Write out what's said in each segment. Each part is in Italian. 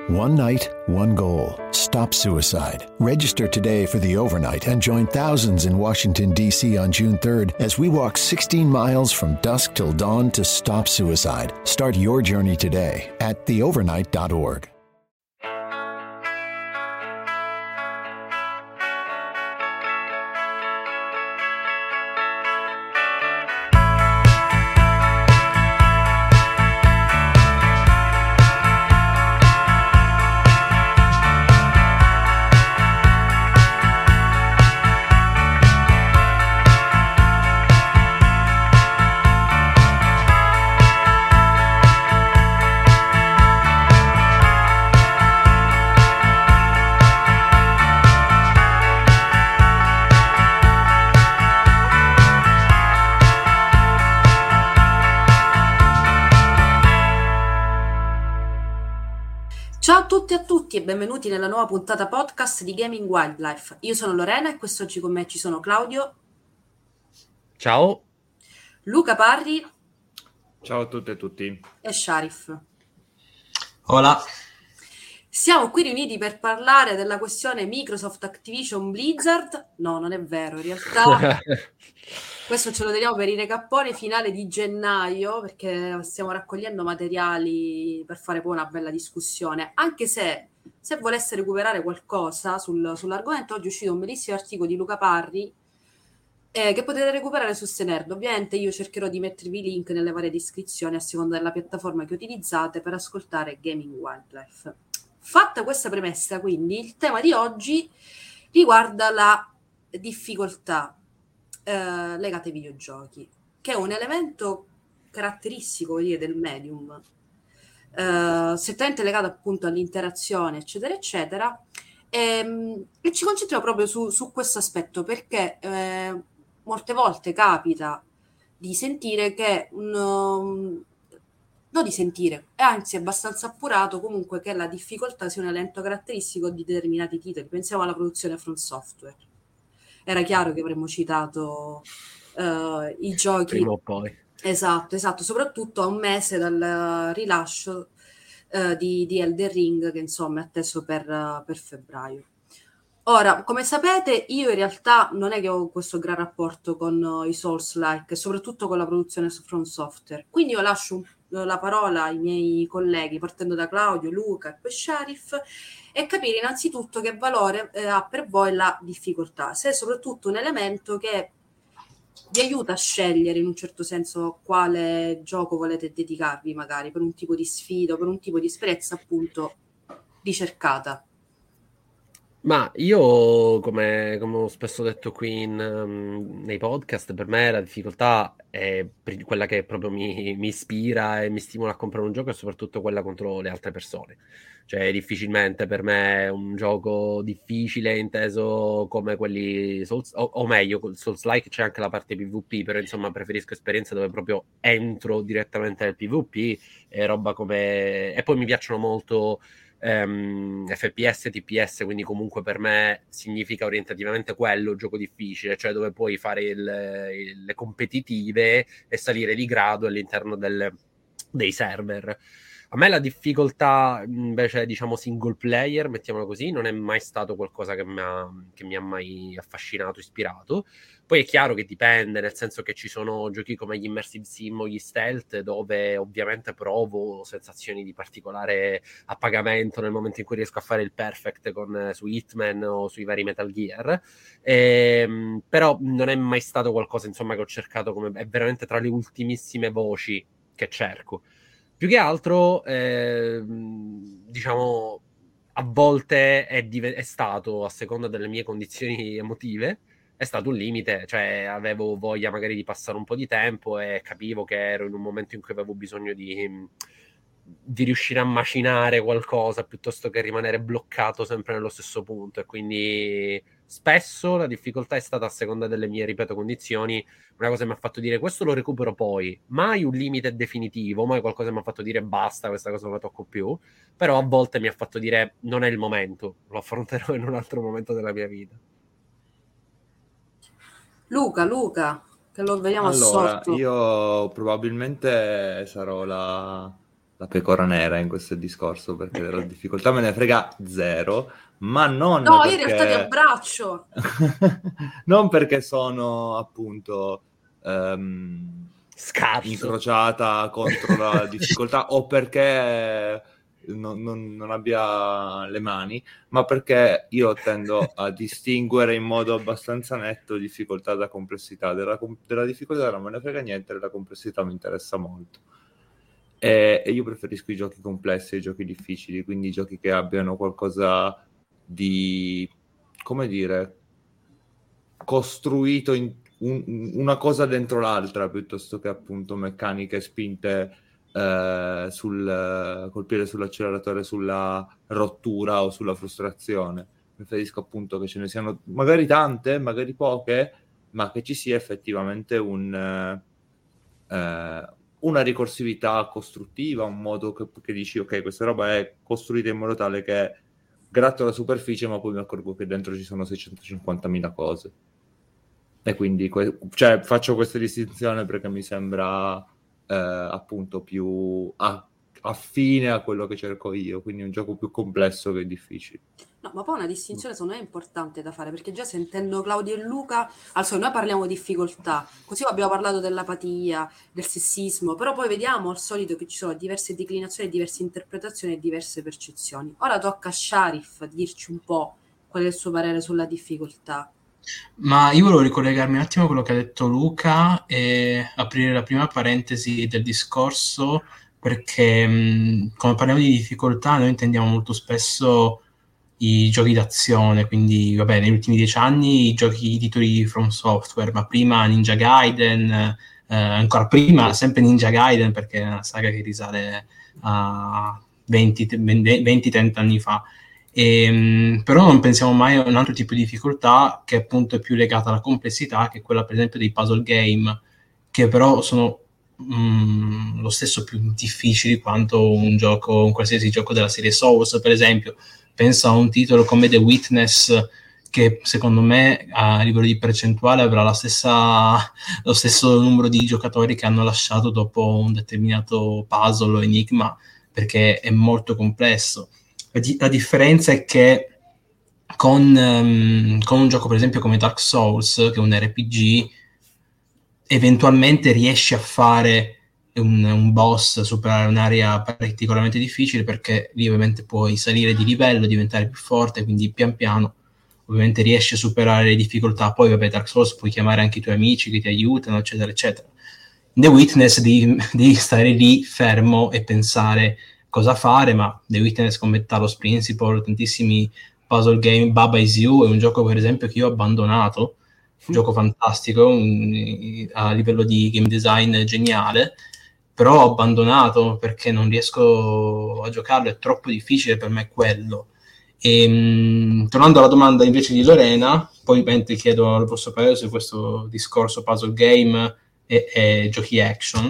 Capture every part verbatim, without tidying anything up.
One night, one goal. Stop suicide. Register today for the overnight and join thousands in Washington, D C on June third as we walk sixteen miles from dusk till dawn to stop suicide. Start your journey today at the overnight dot org. Ciao a tutti e a tutti e benvenuti nella nuova puntata podcast di Gaming Wildlife. Io sono Lorena e quest'oggi con me ci sono Claudio. Ciao. Luca Parri. Ciao a tutte e tutti. E Sharif. Hola. Siamo qui riuniti per parlare della questione Microsoft Activision Blizzard. No, non è vero, in realtà questo ce lo teniamo per i recapponi finale di gennaio, perché stiamo raccogliendo materiali per fare poi una bella discussione, anche se se volesse recuperare qualcosa sul, sull'argomento, oggi è uscito un bellissimo articolo di Luca Parri eh, che potete recuperare su Stenerd. Ovviamente io cercherò di mettervi i link nelle varie descrizioni a seconda della piattaforma che utilizzate per ascoltare Gaming Wildlife. Fatta questa premessa, quindi, il tema di oggi riguarda la difficoltà eh, legata ai videogiochi, che è un elemento caratteristico dire, del medium, eh, strettamente legato appunto all'interazione, eccetera, eccetera, e, e ci concentriamo proprio su, su questo aspetto, perché eh, molte volte capita di sentire che un... Um, non di sentire, e anzi è abbastanza appurato comunque che la difficoltà sia un elemento caratteristico di determinati titoli. Pensiamo alla produzione From Software. Era chiaro che avremmo citato uh, i giochi... Prima o poi. Esatto, esatto, soprattutto a un mese dal rilascio uh, di, di Elden Ring, che insomma è atteso per, uh, per febbraio. Ora, come sapete, io in realtà non è che ho questo gran rapporto con uh, i Souls-like, soprattutto con la produzione From Software. Quindi io lascio un la parola ai miei colleghi, partendo da Claudio, Luca e poi Sharif, e capire innanzitutto che valore eh, ha per voi la difficoltà, se è soprattutto un elemento che vi aiuta a scegliere in un certo senso quale gioco volete dedicarvi, magari per un tipo di sfida, per un tipo di esperienza appunto ricercata. Ma io, come, come ho spesso detto qui in, um, nei podcast, per me la difficoltà è quella che proprio mi, mi ispira e mi stimola a comprare un gioco, e soprattutto quella contro le altre persone. Cioè, difficilmente per me è un gioco difficile inteso come quelli Souls, o, o meglio, Souls-like c'è anche la parte PvP, però insomma preferisco esperienze dove proprio entro direttamente nel PvP e roba come... E poi mi piacciono molto... Um, F P S, T P S, quindi comunque per me significa orientativamente quello, gioco difficile, cioè dove puoi fare il, il, le competitive e salire di grado all'interno del, dei server. A me la difficoltà invece, diciamo, single player, mettiamola così, non è mai stato qualcosa che mi ha, che mi ha mai affascinato, ispirato. Poi è chiaro che dipende, nel senso che ci sono giochi come gli immersive sim o gli stealth, dove ovviamente provo sensazioni di particolare appagamento nel momento in cui riesco a fare il perfect con, su Hitman o sui vari Metal Gear. E, però non è mai stato qualcosa, insomma, che ho cercato come... È veramente tra le ultimissime voci che cerco. Più che altro, eh, diciamo, a volte è, div- è stato, a seconda delle mie condizioni emotive, è stato un limite, cioè avevo voglia magari di passare un po' di tempo e capivo che ero in un momento in cui avevo bisogno di, di riuscire a macinare qualcosa piuttosto che rimanere bloccato sempre nello stesso punto, e quindi spesso la difficoltà è stata, a seconda delle mie, ripeto, condizioni, una cosa che mi ha fatto dire questo lo recupero poi, mai un limite definitivo, mai qualcosa che mi ha fatto dire basta, questa cosa non la tocco più, però a volte mi ha fatto dire non è il momento, lo affronterò in un altro momento della mia vita. Luca, Luca, che lo vediamo Allora, assorto. io probabilmente sarò la, la pecora nera in questo discorso, perché della difficoltà me ne frega zero, ma non No, perché... io in realtà ti abbraccio. non perché sono appunto um, incrociata contro la difficoltà o perché non, non, non abbia le mani, ma perché io tendo a distinguere in modo abbastanza netto difficoltà da complessità. Della, della difficoltà non me ne frega niente, della complessità mi interessa molto. E, e io preferisco i giochi complessi ai giochi difficili, quindi i giochi che abbiano qualcosa di, come dire, costruito in un, una cosa dentro l'altra, piuttosto che appunto meccaniche spinte eh, sul, col piede sull'acceleratore, sulla rottura o sulla frustrazione. Preferisco appunto che ce ne siano magari tante, magari poche, ma che ci sia effettivamente un... Eh, una ricorsività costruttiva, un modo che, che dici ok, questa roba è costruita in modo tale che gratto la superficie ma poi mi accorgo che dentro ci sono seicentocinquantamila cose, e quindi que- cioè, faccio questa distinzione perché mi sembra eh, appunto più a- affine a quello che cerco io, quindi un gioco più complesso che difficile. No, ma poi una distinzione secondo me è importante da fare, perché già sentendo Claudio e Luca, also noi parliamo di difficoltà, così abbiamo parlato dell'apatia, del sessismo, però poi vediamo al solito che ci sono diverse declinazioni, diverse interpretazioni e diverse percezioni. Ora tocca a Sharif dirci un po' qual è il suo parere sulla difficoltà. Ma io volevo ricollegarmi un attimo a quello che ha detto Luca e aprire la prima parentesi del discorso, perché mh, come parliamo di difficoltà noi intendiamo molto spesso i giochi d'azione, quindi vabbè, negli ultimi dieci anni i giochi, i titoli From Software, ma prima Ninja Gaiden, eh, ancora prima sempre Ninja Gaiden, perché è una saga che risale a venti trenta anni fa. E, però non pensiamo mai a un altro tipo di difficoltà che appunto è più legata alla complessità, che è quella per esempio dei puzzle game, che però sono mh, lo stesso più difficili quanto un gioco, un qualsiasi gioco della serie Souls, per esempio. Penso a un titolo come The Witness, che secondo me a livello di percentuale avrà la stessa, lo stesso numero di giocatori che hanno lasciato dopo un determinato puzzle o enigma, perché è molto complesso. La differenza è che con, um, con un gioco per esempio come Dark Souls, che è un R P G, eventualmente riesci a fare un, un boss, superare un'area particolarmente difficile, perché lì ovviamente puoi salire di livello, diventare più forte, quindi pian piano ovviamente riesci a superare le difficoltà. Poi vabbè, Dark Souls puoi chiamare anche i tuoi amici che ti aiutano, eccetera eccetera. In The Witness devi, devi stare lì fermo e pensare cosa fare, ma The Witness come Talos Principle, tantissimi puzzle game, Baba Is You è un gioco per esempio che io ho abbandonato, un gioco fantastico, un, a livello di game design geniale, però ho abbandonato perché non riesco a giocarlo, è troppo difficile per me quello. E, mh, tornando alla domanda invece di Lorena, poi mentre chiedo al vostro parere su questo discorso puzzle game e, e giochi action,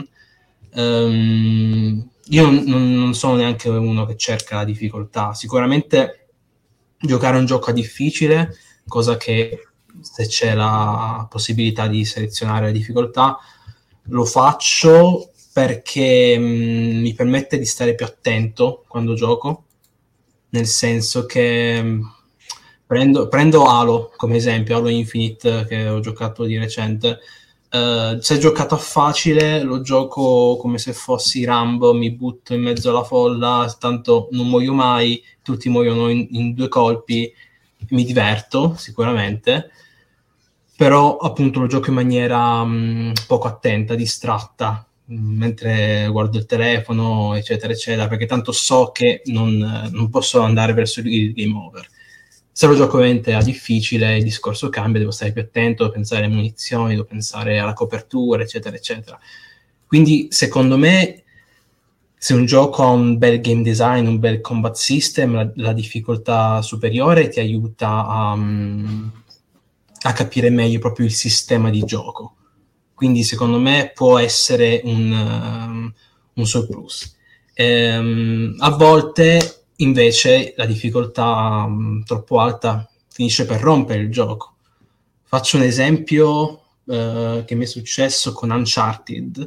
um, io non, non sono neanche uno che cerca la difficoltà. Sicuramente giocare un gioco a difficile, cosa che se c'è la possibilità di selezionare la difficoltà, lo faccio perché mh, mi permette di stare più attento quando gioco, nel senso che mh, prendo, prendo Halo come esempio, Halo Infinite che ho giocato di recente. Uh, se giocato a facile lo gioco come se fossi Rambo, mi butto in mezzo alla folla, tanto non muoio mai, tutti muoiono in, in due colpi, mi diverto sicuramente, però appunto lo gioco in maniera mh, poco attenta, distratta, mh, mentre guardo il telefono eccetera eccetera, perché tanto so che non, non posso andare verso il game over. Se lo gioco ovviamente a difficile, il discorso cambia, devo stare più attento, devo pensare alle munizioni, devo pensare alla copertura, eccetera, eccetera. Quindi, secondo me, se un gioco ha un bel game design, un bel combat system, la, la difficoltà superiore ti aiuta a, a capire meglio proprio il sistema di gioco. Quindi, secondo me, può essere un, um, un surplus. Ehm, a volte... Invece la difficoltà mh, troppo alta finisce per rompere il gioco. Faccio un esempio eh, che mi è successo con Uncharted.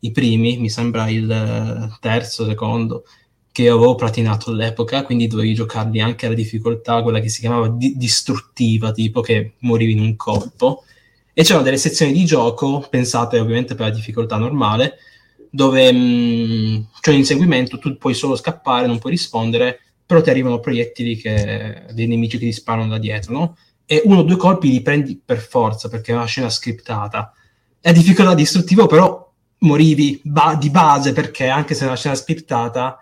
i primi, mi sembra il terzo, secondo, che io avevo platinato all'epoca, quindi dovevi giocarli anche alla difficoltà, quella che si chiamava di- distruttiva, tipo che morivi in un colpo, e c'erano delle sezioni di gioco pensate ovviamente per la difficoltà normale, dove mh, cioè in inseguimento tu puoi solo scappare, non puoi rispondere, però ti arrivano proiettili che, dei nemici che ti sparano da dietro, no? E uno o due colpi li prendi per forza, perché è una scena scriptata. È difficoltà distruttiva, però morivi ba- di base, perché anche se è una scena scriptata,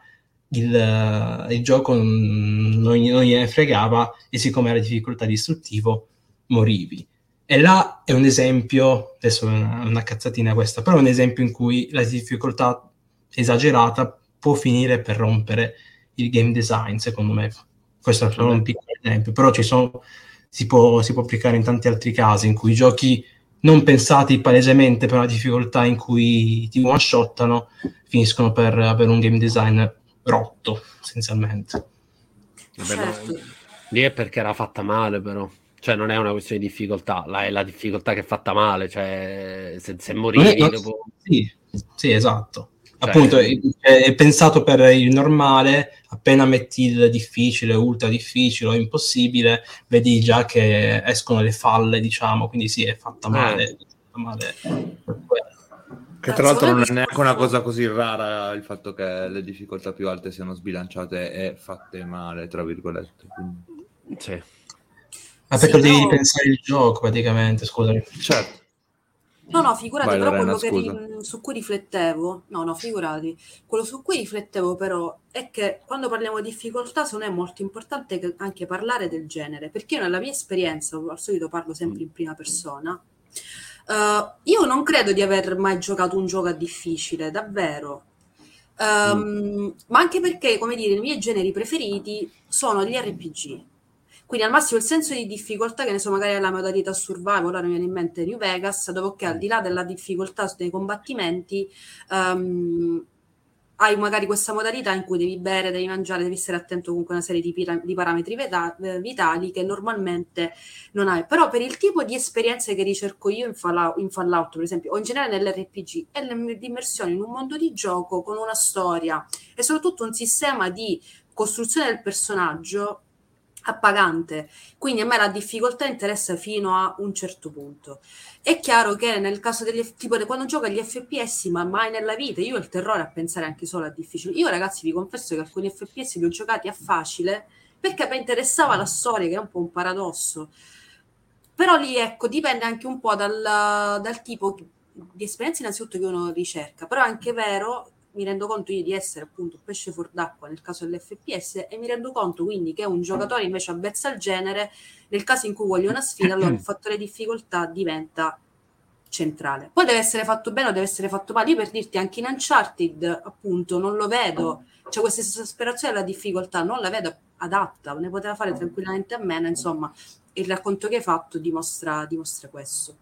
il, il gioco non, non gliene fregava, e siccome era difficoltà distruttivo, morivi. E là è un esempio, adesso è una, una cazzatina questa, però è un esempio in cui la difficoltà esagerata può finire per rompere il game design, secondo me. Questo è solo un piccolo esempio, però ci sono, si può, si può applicare in tanti altri casi in cui giochi non pensati palesemente per una difficoltà in cui ti one-shottano finiscono per avere un game design rotto, essenzialmente. Vabbè, Certo. ma lì è perché era fatta male, però. Cioè, non è una questione di difficoltà, là è la difficoltà che è fatta male. Cioè, se, se morivi Non è- dopo... Sì, sì, esatto. Cioè, Appunto, è, è pensato per il normale, appena metti il difficile, ultra difficile o impossibile, vedi già che escono le falle, diciamo, quindi sì, è fatta male. Eh. È fatta male per quello. Che tra l'altro non è neanche una cosa così rara il fatto che le difficoltà più alte siano sbilanciate e fatte male, tra virgolette. Quindi... Sì. Ma perché Sì, devi però- ripensare il gioco, praticamente, scusami. Certo. No, no, figurati, Vai, però Lorena, quello che scusa. ri- su cui riflettevo, no, no, figurati, quello su cui riflettevo però è che quando parliamo di difficoltà, secondo me è molto importante che- anche parlare del genere, perché io nella mia esperienza, al solito parlo sempre in prima persona, eh, io non credo di aver mai giocato un gioco a difficile, davvero. Ehm, ma anche perché, come dire, i miei generi preferiti sono gli R P G. Quindi al massimo il senso di difficoltà, che ne so, magari è la modalità survival, ora mi viene in mente New Vegas, dove che al di là della difficoltà dei combattimenti, ehm, hai magari questa modalità in cui devi bere, devi mangiare, devi stare attento comunque a una serie di, pira- di parametri veta- eh, vitali che normalmente non hai. Però per il tipo di esperienze che ricerco io in Fallout, in Fallout per esempio, o in generale nell'R P G, è l'immersione in un mondo di gioco con una storia e soprattutto un sistema di costruzione del personaggio appagante. Quindi a me la difficoltà interessa fino a un certo punto. È chiaro che nel caso degli tipo quando gioco agli F P S, ma mai nella vita, io ho il terrore a pensare anche solo a difficile. Io ragazzi vi confesso che alcuni F P S li ho giocati a facile perché mi interessava la storia, che è un po' un paradosso. Però lì ecco, dipende anche un po' dal, dal tipo di esperienza innanzitutto che uno ricerca, però è anche vero, mi rendo conto io di essere appunto un pesce fuor d'acqua nel caso dell'F P S e mi rendo conto quindi che un giocatore invece avvezza al genere, nel caso in cui voglio una sfida, allora il fattore difficoltà diventa centrale. Poi deve essere fatto bene o deve essere fatto male. Io per dirti anche in Uncharted appunto non lo vedo, cioè questa esasperazione della difficoltà non la vedo adatta, ne poteva fare tranquillamente a meno, insomma il racconto che hai fatto dimostra, dimostra questo.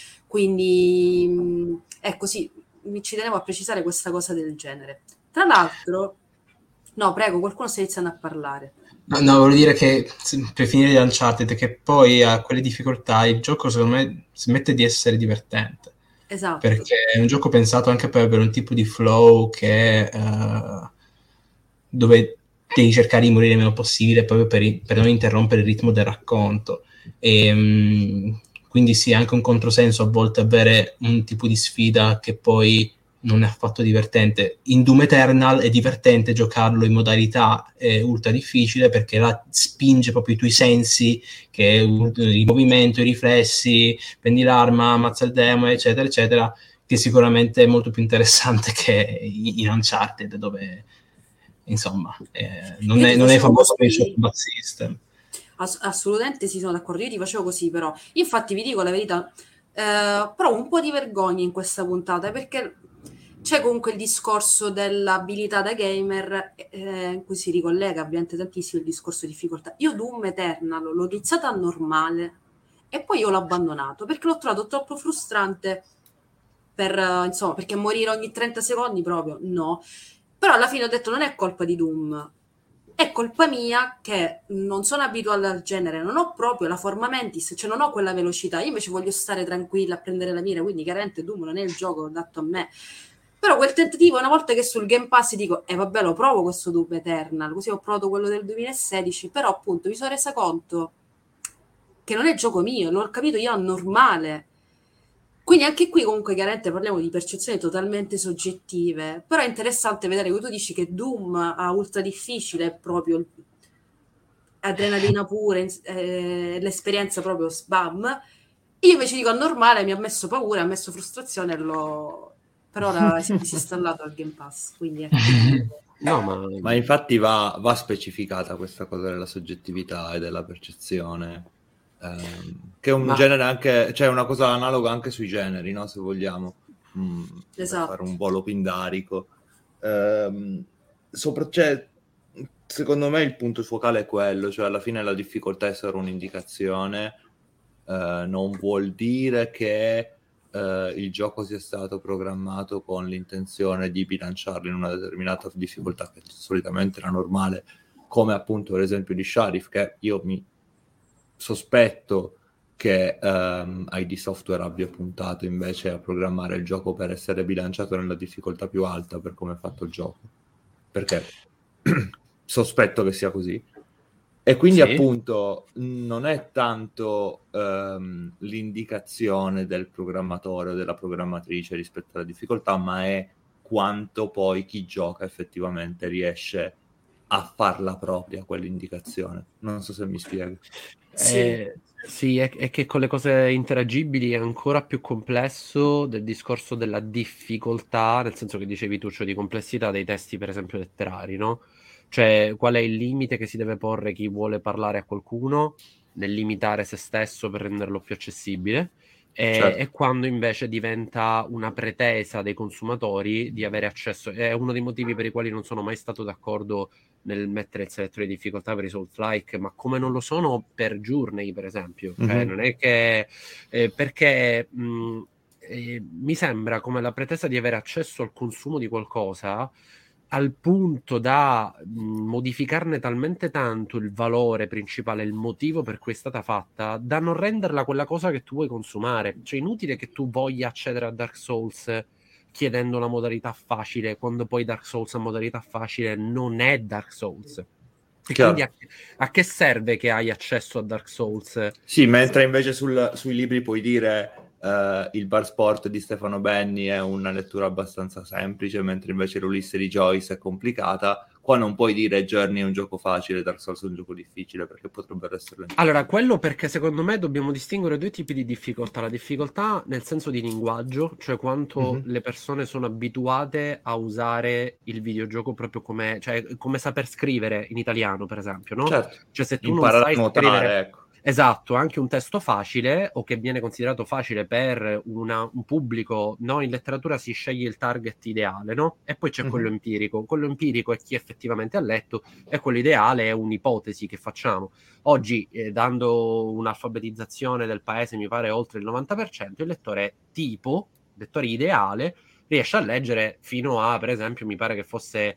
Quindi ecco sì, mi ci tenevo a precisare questa cosa del genere. Tra l'altro, no, prego, qualcuno sta iniziando a parlare. No, no, volevo dire che per finire di Uncharted, che poi a quelle difficoltà il gioco secondo me smette di essere divertente. Esatto. Perché è un gioco pensato anche per avere un tipo di flow che uh, dove devi cercare di morire il meno possibile proprio per, per non interrompere il ritmo del racconto. E, um, quindi sì, anche un controsenso a volte avere un tipo di sfida che poi non è affatto divertente. In Doom Eternal è divertente giocarlo in modalità eh, ultra difficile perché là spinge proprio i tuoi sensi, che il movimento, i riflessi, prendi l'arma, ammazza il demone, eccetera, eccetera, che sicuramente è molto più interessante che in Uncharted, dove insomma eh, non, è, non è famoso per il suo combat system. Ass- assolutamente sì, sono d'accordo, io ti facevo così però. Infatti vi dico la verità, eh, provo un po' di vergogna in questa puntata perché c'è comunque il discorso dell'abilità da gamer eh, in cui si ricollega ovviamente tantissimo il discorso di difficoltà. Io Doom Eternal l'ho iniziato a normale e poi io l'ho abbandonato perché l'ho trovato troppo frustrante per, uh, insomma, perché morire ogni trenta secondi proprio no. Però alla fine ho detto non è colpa di Doom, è colpa mia che non sono abituata al genere, non ho proprio la forma mentis, cioè non ho quella velocità. Io invece voglio stare tranquilla a prendere la mira, quindi chiaramente Doom non è il gioco adatto a me. Però quel tentativo, una volta che sul Game Pass dico, eh vabbè, lo provo questo Doom Eternal, così ho provato quello del duemilasedici, però appunto mi sono resa conto che non è gioco mio, l'ho capito io normale. Quindi anche qui comunque chiaramente parliamo di percezioni totalmente soggettive, però è interessante vedere che tu dici che Doom a ultra difficile è proprio adrenalina pure, eh, l'esperienza proprio sbam. Io invece dico a normale mi ha messo paura, mi ha messo frustrazione e l'ho... per ora si è disinstallato al Game Pass, quindi ecco. No, ma... ma infatti va, va specificata questa cosa della soggettività e della percezione, ehm, che è un Ma... genere anche, cioè una cosa analoga anche sui generi, no? Se vogliamo, mm, esatto. per fare un volo pindarico. Ehm, sopra, cioè, secondo me il punto focale è quello, cioè alla fine la difficoltà è solo un'indicazione, eh, non vuol dire che Uh, il gioco sia stato programmato con l'intenzione di bilanciarlo in una determinata difficoltà che solitamente era normale, come appunto l'esempio di Sharif, che io mi sospetto che um, I D Software abbia puntato invece a programmare il gioco per essere bilanciato nella difficoltà più alta per come è fatto il gioco, perché sospetto che sia così. E quindi sì, appunto non è tanto um, l'indicazione del programmatore o della programmatrice rispetto alla difficoltà, ma è quanto poi chi gioca effettivamente riesce a farla propria quell'indicazione. Non so se mi spiego. Sì, eh, sì è, è che con le cose interagibili è ancora più complesso del discorso della difficoltà, nel senso che dicevi tu, cioè di complessità dei testi per esempio letterari, no? Cioè, qual è il limite che si deve porre chi vuole parlare a qualcuno nel limitare se stesso per renderlo più accessibile, e, certo. E quando invece diventa una pretesa dei consumatori di avere accesso. È uno dei motivi per i quali non sono mai stato d'accordo nel mettere il selettore di difficoltà per i Souls-like, ma come non lo sono per Journey, per esempio. Mm-hmm. Cioè, non è che... Eh, perché... Mh, eh, mi sembra come la pretesa di avere accesso al consumo di qualcosa al punto da mh, modificarne talmente tanto il valore principale, il motivo per cui è stata fatta, da non renderla quella cosa che tu vuoi consumare. Cioè, inutile che tu voglia accedere a Dark Souls chiedendo la modalità facile, quando poi Dark Souls a modalità facile non è Dark Souls. E Chiaro. Quindi a, a che serve che hai accesso a Dark Souls? Sì, mentre invece sul, sui libri puoi dire... Uh, il Bar Sport di Stefano Benni è una lettura abbastanza semplice, mentre invece l'Ulisse di Joyce è complicata. Qua non puoi dire Journey è un gioco facile, Dark Souls è un gioco difficile, perché potrebbero essere... Allora, quello perché secondo me dobbiamo distinguere due tipi di difficoltà. La difficoltà nel senso di linguaggio, cioè quanto mm-hmm. le persone sono abituate a usare il videogioco proprio come, cioè come saper scrivere in italiano, per esempio, no? Certo. Cioè se tu Imparare non sai a nuotare, scrivere... ecco. Esatto, anche un testo facile o che viene considerato facile per una, un pubblico, no? In letteratura si sceglie il target ideale, no? E poi c'è mm-hmm. quello empirico. Quello empirico è chi effettivamente ha letto e quello ideale è un'ipotesi che facciamo. Oggi, eh, dando un'alfabetizzazione del paese, mi pare oltre il novanta per cento, il lettore tipo, lettore ideale, riesce a leggere fino a, per esempio, mi pare che fosse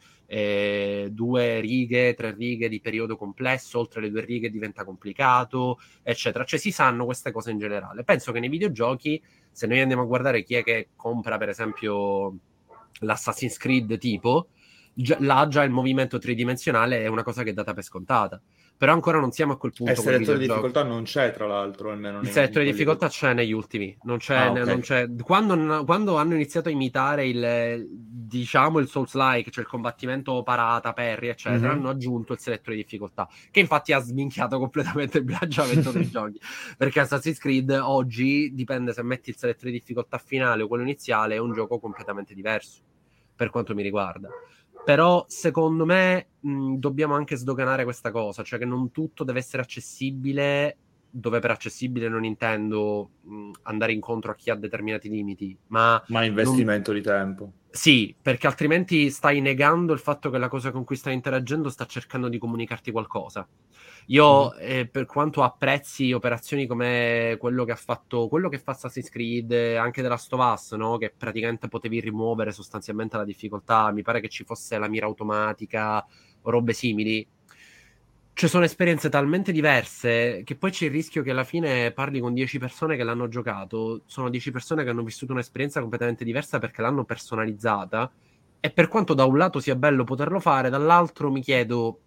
eh, due righe, tre righe di periodo complesso, oltre le due righe diventa complicato, eccetera. Cioè si sanno queste cose in generale. Penso che nei videogiochi, se noi andiamo a guardare chi è che compra, per esempio, l'Assassin's Creed tipo, già, là già il movimento tridimensionale è una cosa che è data per scontata. Però ancora non siamo a quel punto. E il selettore di difficoltà non c'è, tra l'altro, almeno. Il selettore di difficoltà che... c'è negli ultimi. Non c'è, ah, okay. non c'è. Quando, quando hanno iniziato a imitare il, diciamo, il Souls-like, cioè il combattimento parata, parry, eccetera, mm-hmm. hanno aggiunto il selettore di difficoltà, che infatti ha sminchiato completamente il bilanciamento dei giochi. Perché Assassin's Creed oggi, dipende se metti il selettore di difficoltà finale o quello iniziale, è un gioco completamente diverso, per quanto mi riguarda. Però secondo me mh, dobbiamo anche sdoganare questa cosa, cioè che non tutto deve essere accessibile, dove per accessibile non intendo mh, andare incontro a chi ha determinati limiti, ma... Ma investimento non... di tempo. Sì, perché altrimenti stai negando il fatto che la cosa con cui stai interagendo sta cercando di comunicarti qualcosa. Io, mm. eh, per quanto apprezzi operazioni come quello che ha fatto, quello che fa Assassin's Creed, anche della Last of Us, no? Che praticamente potevi rimuovere sostanzialmente la difficoltà, mi pare che ci fosse la mira automatica o robe simili. ci sono esperienze talmente diverse che poi c'è il rischio che alla fine parli con dieci persone che l'hanno giocato, sono dieci persone che hanno vissuto un'esperienza completamente diversa perché l'hanno personalizzata, e per quanto da un lato sia bello poterlo fare, dall'altro mi chiedo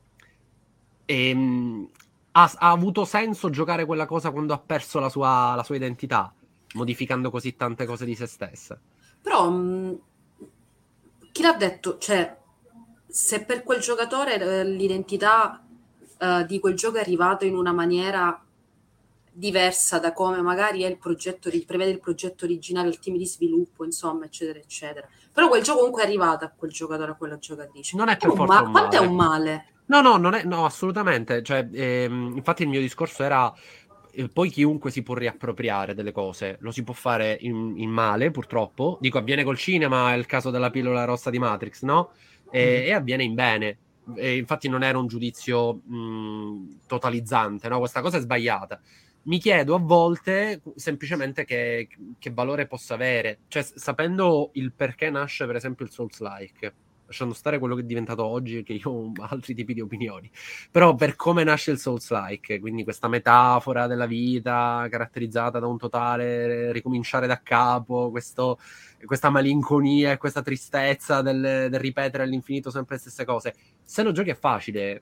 ehm, ha, ha avuto senso giocare quella cosa quando ha perso la sua, la sua identità, modificando così tante cose di se stessa. Però mh, chi l'ha detto? Cioè, se per quel giocatore eh, l'identità eh, di quel gioco è arrivato in una maniera diversa da come magari è il progetto, prevede il progetto originale, il team di sviluppo, insomma, eccetera, eccetera. Però quel gioco comunque è arrivato a quel giocatore, a quella giocatrice. Non è È per un forza ma- un quanto è male. un male? No, no, non è, no, assolutamente. Cioè, ehm, infatti il mio discorso era eh, poi chiunque si può riappropriare delle cose, lo si può fare in, in male, purtroppo. Dico, avviene col cinema, è il caso della pillola rossa di Matrix, no? E, Mhm. e avviene in bene. E infatti non era un giudizio mh, totalizzante, no? Questa cosa è sbagliata. Mi chiedo a volte semplicemente che, che valore possa avere, cioè s- sapendo il perché nasce per esempio il Souls-like, lasciando stare quello che è diventato oggi, che io ho altri tipi di opinioni, però per come nasce il Souls-like, quindi questa metafora della vita caratterizzata da un totale ricominciare da capo, questo, questa malinconia e questa tristezza del, del ripetere all'infinito sempre le stesse cose, se lo giochi è facile,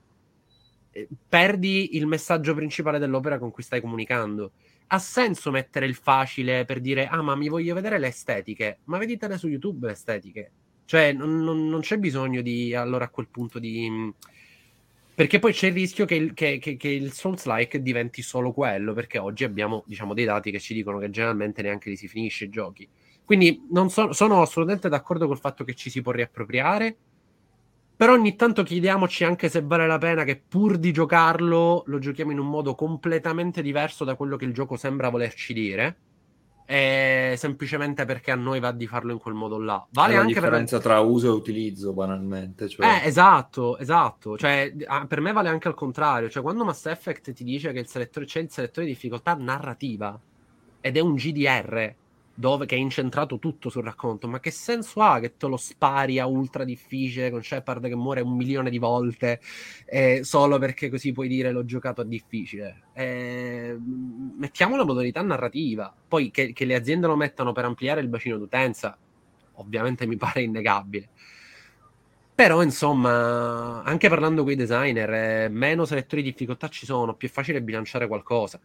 perdi il messaggio principale dell'opera con cui stai comunicando. Ha senso mettere il facile per dire ah ma mi voglio vedere le estetiche, ma veditele su YouTube le estetiche, cioè non, non, non c'è bisogno di allora a quel punto di perché poi c'è il rischio che il, che, che, che il Souls-like diventi solo quello, perché oggi abbiamo diciamo dei dati che ci dicono che generalmente neanche li si finisce i giochi, quindi non so, sono assolutamente d'accordo col fatto che ci si può riappropriare. Però ogni tanto chiediamoci anche se vale la pena che pur di giocarlo lo giochiamo in un modo completamente diverso da quello che il gioco sembra volerci dire, e semplicemente perché a noi va di farlo in quel modo là. È Vale la anche per la... differenza tra uso e utilizzo, banalmente. Cioè... Eh, esatto, esatto. Cioè, per me vale anche al contrario. Cioè, quando Mass Effect ti dice che il selettore, c'è il selettore di difficoltà narrativa ed è un G D R dove che è incentrato tutto sul racconto, ma che senso ha che te lo spari a ultra difficile con Shepard che muore un milione di volte eh, solo perché così puoi dire l'ho giocato a difficile? Eh, mettiamo una modalità narrativa. Poi che, che le aziende lo mettano per ampliare il bacino d'utenza, ovviamente mi pare innegabile. Però, insomma, anche parlando con i designer, eh, meno selettori di difficoltà ci sono, più è facile bilanciare qualcosa.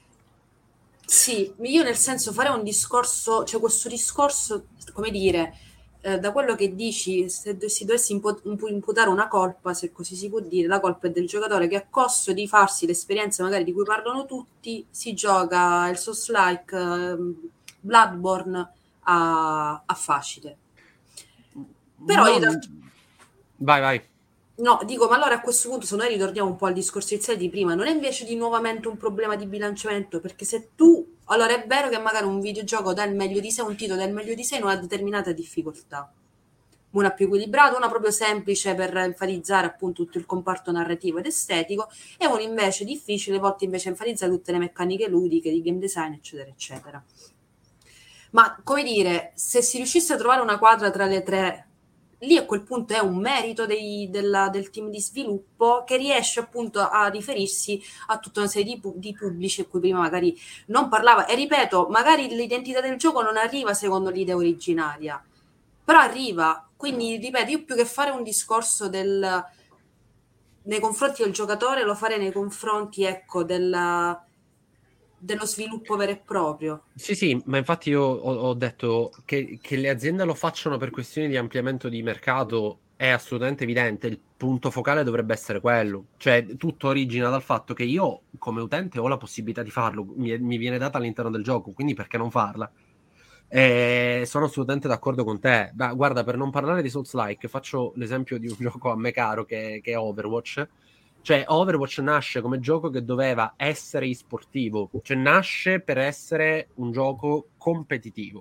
Sì, io nel senso fare un discorso, cioè questo discorso, come dire, eh, da quello che dici, se do- si dovesse impu- impu- imputare una colpa, se così si può dire, la colpa è del giocatore che a costo di farsi l'esperienza magari di cui parlano tutti, si gioca il Souls-like, ehm, Bloodborne a, a facile. Però io Non... Vai, vai. No, dico, ma allora a questo punto se noi ritorniamo un po' al discorso iniziale di prima, non è invece di nuovamente un problema di bilanciamento? Perché se tu, allora è vero che magari un videogioco dà il meglio di sé, un titolo dà il meglio di sé in una determinata difficoltà, una più equilibrata, una proprio semplice per enfatizzare appunto tutto il comparto narrativo ed estetico, e una invece difficile, a volte invece enfatizzare tutte le meccaniche ludiche, di game design, eccetera, eccetera. Ma come dire, se si riuscisse a trovare una quadra tra le tre, lì a quel punto è un merito dei, della, del team di sviluppo che riesce appunto a riferirsi a tutta una serie di, di pubblici a cui prima magari non parlava. E ripeto, magari l'identità del gioco non arriva secondo l'idea originaria, però arriva. Quindi ripeto, io più che fare un discorso del, nei confronti del giocatore, lo farei nei confronti, ecco, della, dello sviluppo vero e proprio. Sì, sì, ma infatti io ho, ho detto che, che le aziende lo facciano per questioni di ampliamento di mercato è assolutamente evidente, il punto focale dovrebbe essere quello, cioè tutto origina dal fatto che io come utente ho la possibilità di farlo, mi, mi viene data all'interno del gioco, quindi perché non farla? E sono assolutamente d'accordo con te. Beh, guarda, per non parlare di Souls-like, faccio l'esempio di un gioco a me caro che, che è Overwatch. Cioè, Overwatch nasce come gioco che doveva essere e-sportivo, cioè nasce per essere un gioco competitivo.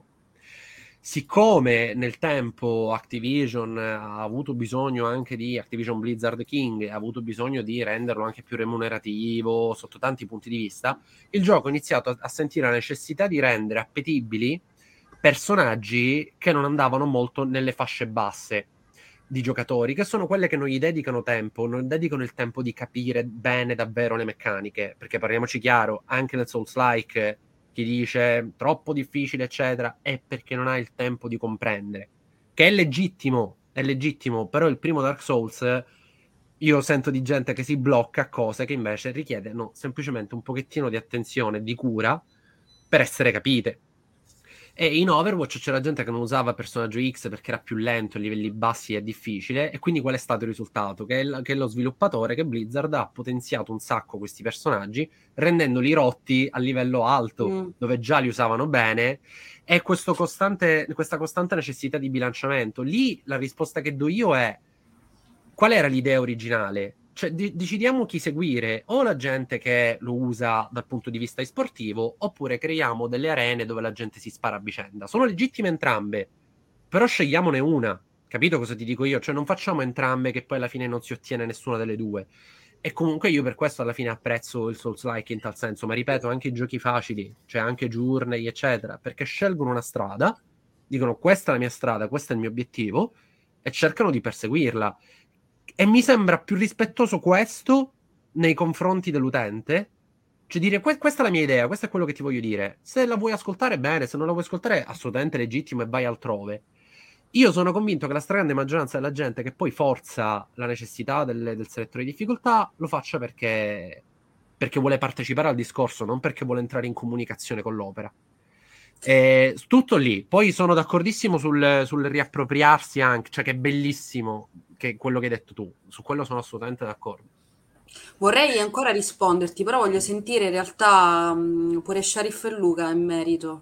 Siccome nel tempo Activision ha avuto bisogno anche di Activision Blizzard King, ha avuto bisogno di renderlo anche più remunerativo sotto tanti punti di vista, il gioco ha iniziato a, a sentire la necessità di rendere appetibili personaggi che non andavano molto nelle fasce basse. di giocatori, che sono quelle che non gli dedicano tempo, non dedicano il tempo di capire bene davvero le meccaniche, perché parliamoci chiaro, anche nel Souls-like chi dice troppo difficile eccetera è perché non ha il tempo di comprendere, che è legittimo, è legittimo, però il primo Dark Souls io sento di gente che si blocca a cose che invece richiedono semplicemente un pochettino di attenzione, di cura per essere capite. E in Overwatch c'era gente che non usava personaggio X perché era più lento, a livelli bassi è difficile, e quindi qual è stato il risultato? Che, il, che lo sviluppatore, che Blizzard, ha potenziato un sacco questi personaggi, rendendoli rotti a livello alto, mm. dove già li usavano bene, e questo costante, questa costante necessità di bilanciamento. Lì la risposta che do io è: qual era l'idea originale? Cioè, de- decidiamo chi seguire, o la gente che lo usa dal punto di vista sportivo, oppure creiamo delle arene dove la gente si spara a vicenda. Sono legittime entrambe, però scegliamone una. Capito cosa ti dico io? Cioè, non facciamo entrambe che poi alla fine non si ottiene nessuna delle due. E comunque io per questo alla fine apprezzo il Souls-like in tal senso, ma ripeto, anche i giochi facili, cioè anche Journey, eccetera, perché scelgono una strada, dicono questa è la mia strada, questo è il mio obiettivo, e cercano di perseguirla. E mi sembra più rispettoso questo nei confronti dell'utente, cioè dire questa è la mia idea, questo è quello che ti voglio dire, se la vuoi ascoltare bene, se non la vuoi ascoltare è assolutamente legittimo e vai altrove. Io sono convinto che la stragrande maggioranza della gente che poi forza la necessità del, del selettore di difficoltà lo faccia perché, perché vuole partecipare al discorso, non perché vuole entrare in comunicazione con l'opera. E tutto lì. Poi sono d'accordissimo sul, sul riappropriarsi anche, cioè che è bellissimo che quello che hai detto tu, su quello sono assolutamente d'accordo. Vorrei ancora risponderti, però voglio sentire in realtà um, pure Sharif e Luca in merito.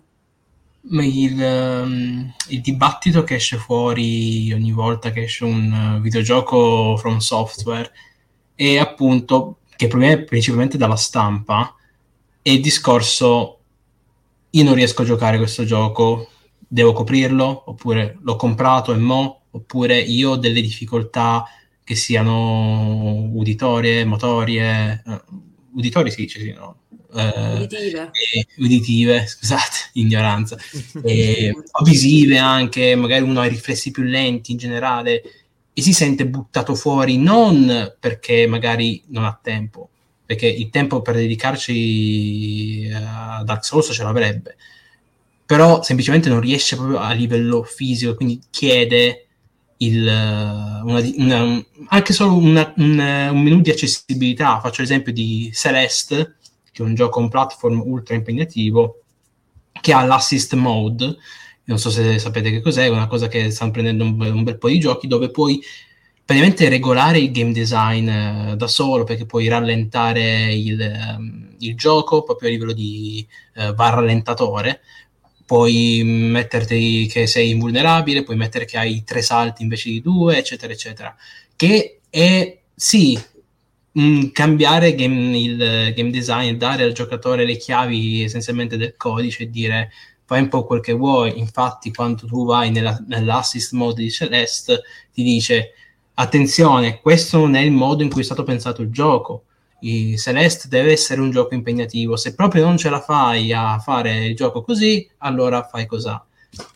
Il, um, il dibattito che esce fuori ogni volta che esce un videogioco From Software è appunto, che proviene principalmente dalla stampa, è il discorso: io non riesco a giocare questo gioco, devo coprirlo, oppure l'ho comprato e mo', oppure io ho delle difficoltà che siano uditorie, motorie, uh, uditorie si dice, sì, no? Uh, uditive. Eh, uditive, scusate, ignoranza, eh, o visive anche, magari uno ha i riflessi più lenti in generale e si sente buttato fuori non perché magari non ha tempo, perché il tempo per dedicarci a Dark Souls ce l'avrebbe, però semplicemente non riesce proprio a livello fisico, quindi chiede il, una, una, anche solo una, una, un menu di accessibilità. Faccio l'esempio di Celeste, che è un gioco un platform ultra impegnativo, che ha l'assist mode, non so se sapete che cos'è, è una cosa che stanno prendendo un, un bel po' di giochi, dove puoi praticamente regolare il game design eh, da solo, perché puoi rallentare il, um, il gioco proprio a livello di uh, bar rallentatore, puoi metterti che sei invulnerabile, puoi mettere che hai tre salti invece di due, eccetera eccetera, che è sì mh, cambiare game, il game design, dare al giocatore le chiavi essenzialmente del codice e dire fai un po' quel che vuoi. Infatti quando tu vai nella, nell'assist mode di Celeste ti dice attenzione, questo non è il modo in cui è stato pensato il gioco. Il Celeste deve essere un gioco impegnativo, se proprio non ce la fai a fare il gioco così, allora fai cos'ha,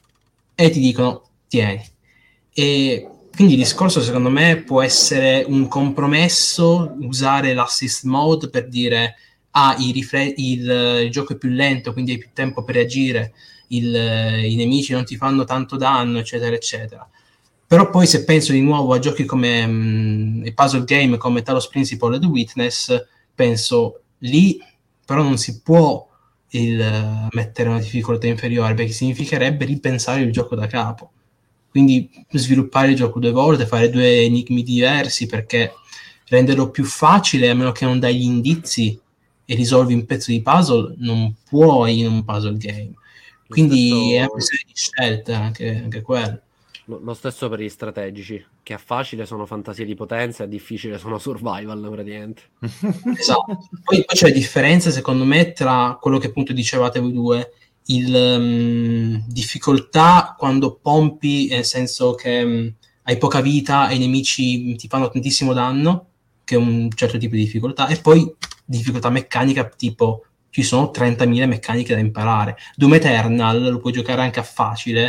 e ti dicono tieni. E quindi il discorso secondo me può essere un compromesso, usare l'assist mode per dire ah, i rifle- il, il gioco è più lento, quindi hai più tempo per reagire, il, i nemici non ti fanno tanto danno, eccetera eccetera. Però poi se penso di nuovo a giochi come um, i puzzle game come Talos Principle e The Witness, penso lì però non si può il, uh, mettere una difficoltà inferiore, perché significherebbe ripensare il gioco da capo, quindi sviluppare il gioco due volte, fare due enigmi diversi, perché renderlo più facile, a meno che non dai gli indizi e risolvi un pezzo di puzzle, non puoi in un puzzle game. Quindi stesso... è una questione di scelta anche, anche quello. Lo stesso per gli strategici, che a facile sono fantasie di potenza e a difficile sono survival praticamente. Esatto. Poi, poi c'è la differenza secondo me tra quello che appunto dicevate voi due, il um, difficoltà quando pompi, nel senso che um, hai poca vita e i nemici ti fanno tantissimo danno, che è un certo tipo di difficoltà, e poi difficoltà meccanica tipo ci sono trentamila meccaniche da imparare. Doom Eternal lo puoi giocare anche a facile,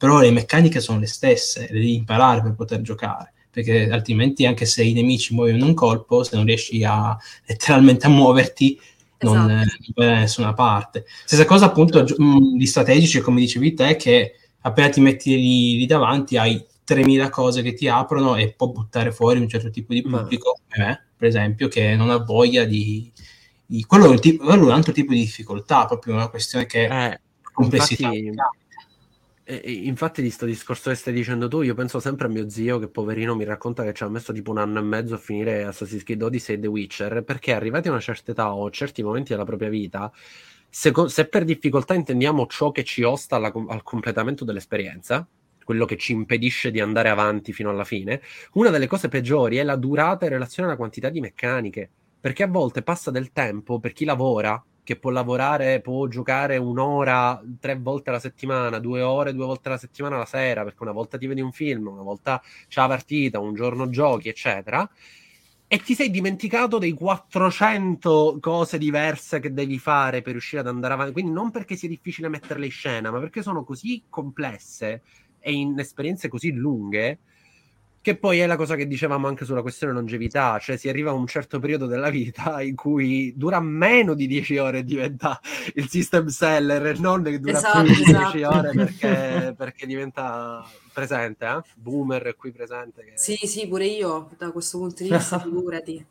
però le meccaniche sono le stesse, le devi imparare per poter giocare, perché altrimenti anche se i nemici muoiono un colpo, se non riesci a letteralmente a muoverti, non, Esatto. non vai da nessuna parte. Stessa cosa appunto mh, di strategici, come dicevi te, che appena ti metti lì, lì davanti hai tremila cose che ti aprono e può buttare fuori un certo tipo di pubblico, come me, per esempio, che non ha voglia di... di quello, è un tipo, quello è un altro tipo di difficoltà, proprio una questione che Eh, complessità. infatti, eh, infatti di sto discorso che stai dicendo tu, io penso sempre a mio zio che poverino mi racconta che ci ha messo tipo un anno e mezzo a finire Assassin's Creed Odyssey e The Witcher, perché arrivati a una certa età o a certi momenti della propria vita, se, se per difficoltà intendiamo ciò che ci osta alla, al completamento dell'esperienza, quello che ci impedisce di andare avanti fino alla fine, una delle cose peggiori è la durata in relazione alla quantità di meccaniche, perché a volte passa del tempo per chi lavora, che può lavorare, può giocare un'ora tre volte alla settimana, due ore due volte alla settimana la sera, perché una volta ti vedi un film, una volta c'è la partita, un giorno giochi, eccetera, e ti sei dimenticato dei quattrocento cose diverse che devi fare per riuscire ad andare avanti. Quindi non perché sia difficile metterle in scena, ma perché sono così complesse e in esperienze così lunghe, che poi è la cosa che dicevamo anche sulla questione longevità, cioè si arriva a un certo periodo della vita in cui dura meno di dieci ore e diventa il system seller, e non che dura Esatto, più di esatto. dieci ore perché, perché diventa presente, eh? Boomer qui presente. Che... Sì, sì, pure io, da questo punto di vista, figurati.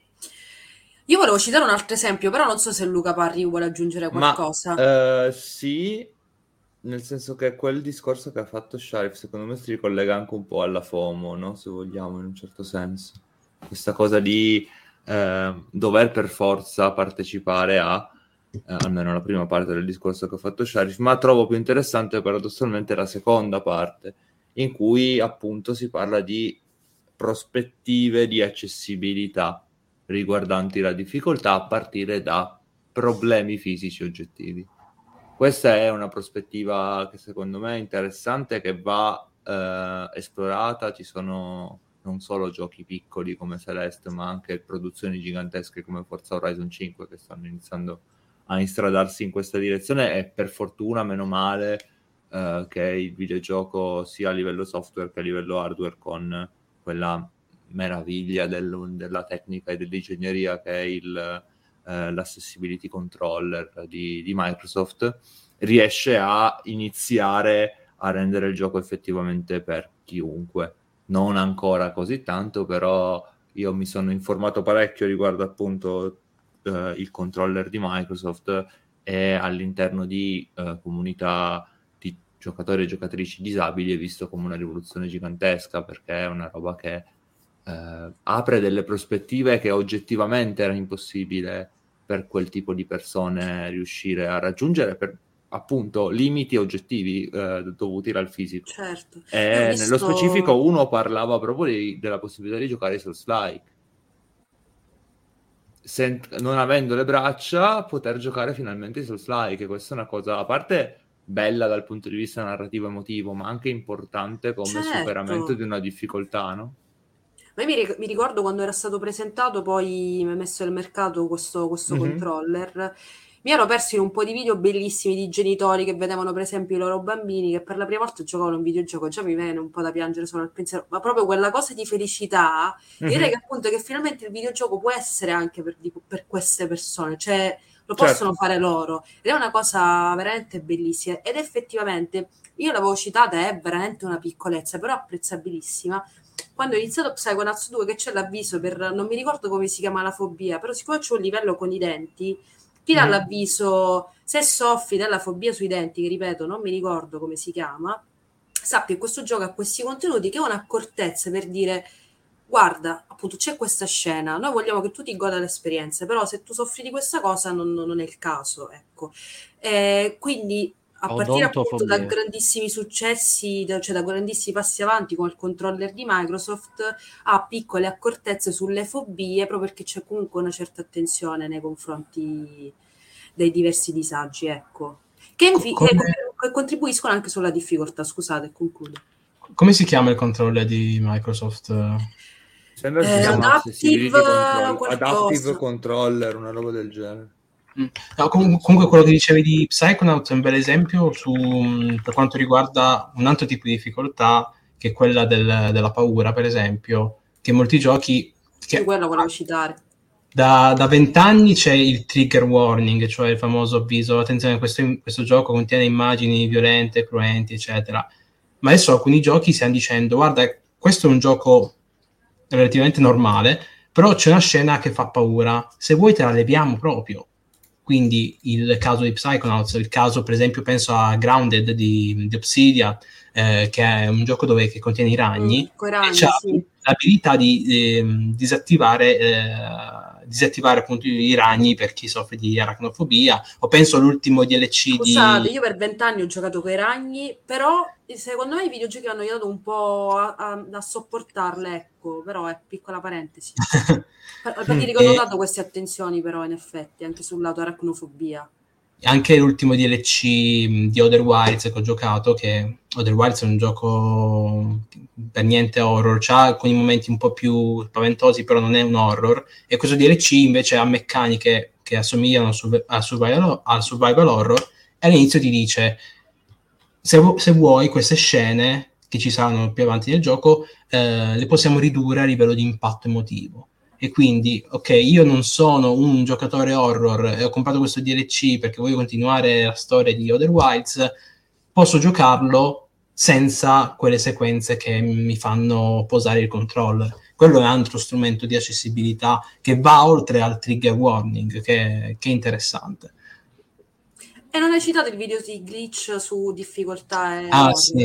Io volevo citare un altro esempio, però non so se Luca Parri vuole aggiungere qualcosa. Ma uh, sì, nel senso che quel discorso che ha fatto Sharif secondo me si ricollega anche un po' alla FOMO, no? Se vogliamo, in un certo senso. Questa cosa di eh, dover per forza partecipare a, eh, almeno la prima parte del discorso che ha fatto Sharif, ma trovo più interessante paradossalmente la seconda parte, in cui appunto si parla di prospettive di accessibilità riguardanti la difficoltà a partire da problemi fisici oggettivi. Questa è una prospettiva che secondo me è interessante, che va eh, esplorata. Ci sono non solo giochi piccoli come Celeste, ma anche produzioni gigantesche come Forza Horizon cinque che stanno iniziando a instradarsi in questa direzione, e per fortuna, meno male, eh, che il videogioco sia a livello software che a livello hardware, con quella meraviglia del, della tecnica e dell'ingegneria che è il... Uh, l'accessibility controller di, di Microsoft, riesce a iniziare a rendere il gioco effettivamente per chiunque. Non ancora così tanto, però io mi sono informato parecchio riguardo appunto uh, il controller di Microsoft, e all'interno di uh, comunità di giocatori e giocatrici disabili è visto come una rivoluzione gigantesca, perché è una roba che uh, apre delle prospettive che oggettivamente era impossibile per quel tipo di persone riuscire a raggiungere, per appunto limiti oggettivi eh, dovuti al fisico. Certo. E visto... nello specifico uno parlava proprio di, della possibilità di giocare ai Souls-like, Sent- non avendo le braccia, poter giocare finalmente ai Souls-like. Questa è una cosa, a parte bella dal punto di vista narrativo emotivo, ma anche importante come certo. superamento di una difficoltà, no? Ma io mi, mi ricordo quando era stato presentato, poi mi ha messo nel mercato questo, questo mm-hmm. controller. Mi ero perso in un po' di video bellissimi di genitori che vedevano per esempio i loro bambini che per la prima volta giocavano un videogioco. Già mi viene un po' da piangere solo al pensiero, ma proprio quella cosa di felicità, mm-hmm. direi che appunto che finalmente il videogioco può essere anche per, per queste persone, cioè lo possono certo. fare loro, ed è una cosa veramente bellissima. Ed effettivamente, io l'avevo citata, è veramente una piccolezza, però apprezzabilissima. Quando ho iniziato Psychonauts due, che c'è l'avviso per, non mi ricordo come si chiama la fobia, però siccome c'è un livello con i denti, ti dà mm. l'avviso, se soffri della fobia sui denti, che ripeto non mi ricordo come si chiama, sappi che questo gioco ha questi contenuti, che è un'accortezza per dire, guarda, appunto c'è questa scena, noi vogliamo che tu ti goda l'esperienza, però se tu soffri di questa cosa non, non è il caso, ecco. Eh, quindi a partire appunto da grandissimi successi, da, cioè da grandissimi passi avanti con il controller di Microsoft, a piccole accortezze sulle fobie, proprio perché c'è comunque una certa attenzione nei confronti dei diversi disagi, ecco, che, invi- Come... che contribuiscono anche sulla difficoltà. Scusate, concludo. Come si chiama il controller di Microsoft? Sembra che si eh, chiama Adaptive, control- Adaptive Controller, una roba del genere. No, com- comunque quello che dicevi di Psychonauts è un bel esempio su, per quanto riguarda un altro tipo di difficoltà, che è quella del- della paura, per esempio, che molti giochi... Io Che, quello volevo citare. da, da vent'anni c'è il trigger warning, cioè il famoso avviso, attenzione, questo, questo gioco contiene immagini violente, cruenti, eccetera. Ma adesso alcuni giochi stiamo dicendo, guarda, questo è un gioco relativamente normale, però c'è una scena che fa paura, se vuoi te la leviamo proprio. Quindi il caso di Psychonauts, il caso per esempio penso a Grounded di, di Obsidian, eh, che è un gioco dove che contiene i ragni, Mm, coi ragni, e c'ha sì. l'abilità di eh, disattivare eh, disattivare appunto i ragni per chi soffre di aracnofobia, o penso all'ultimo D L C Scusate, di... io per vent'anni ho giocato con i ragni, però secondo me i videogiochi hanno aiutato un po' a, a, a sopportarle, ecco, però è piccola parentesi. Per, per dire che ho e notato queste attenzioni però in effetti, anche sul lato aracnofobia. anche l'ultimo D L C di Outer Wilds che ho giocato, che Outer Wilds è un gioco per niente horror, c'ha alcuni momenti un po' più spaventosi, però non è un horror, e questo D L C invece ha meccaniche che assomigliano al, surv- al, survival, al survival horror, e all'inizio ti dice se, se vuoi queste scene che ci saranno più avanti nel gioco eh, le possiamo ridurre a livello di impatto emotivo. E quindi, ok, io non sono un giocatore horror e ho comprato questo D L C perché voglio continuare la storia di Outer Wilds, posso giocarlo senza quelle sequenze che mi fanno posare il controller. Quello è un altro strumento di accessibilità che va oltre al trigger warning, che, che è interessante. E non hai citato il video di Glitch su difficoltà e Ah horror? sì.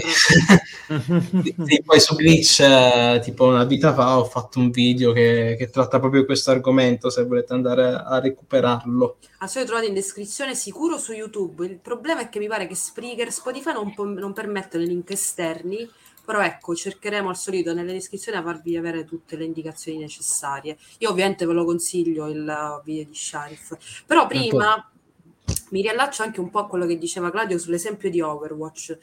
Sì, poi su Glitch eh, tipo una vita fa ho fatto un video che, che tratta proprio questo argomento, se volete andare a recuperarlo. Ah, se lo trovate in descrizione sicuro su YouTube. Il problema è che mi pare che Spreaker, Spotify non, po- non permettono i link esterni, però ecco, cercheremo al solito nelle descrizioni a farvi avere tutte le indicazioni necessarie. Io ovviamente ve lo consiglio il video di Sharif. Però prima mi riallaccio anche un po' a quello che diceva Claudio sull'esempio di Overwatch,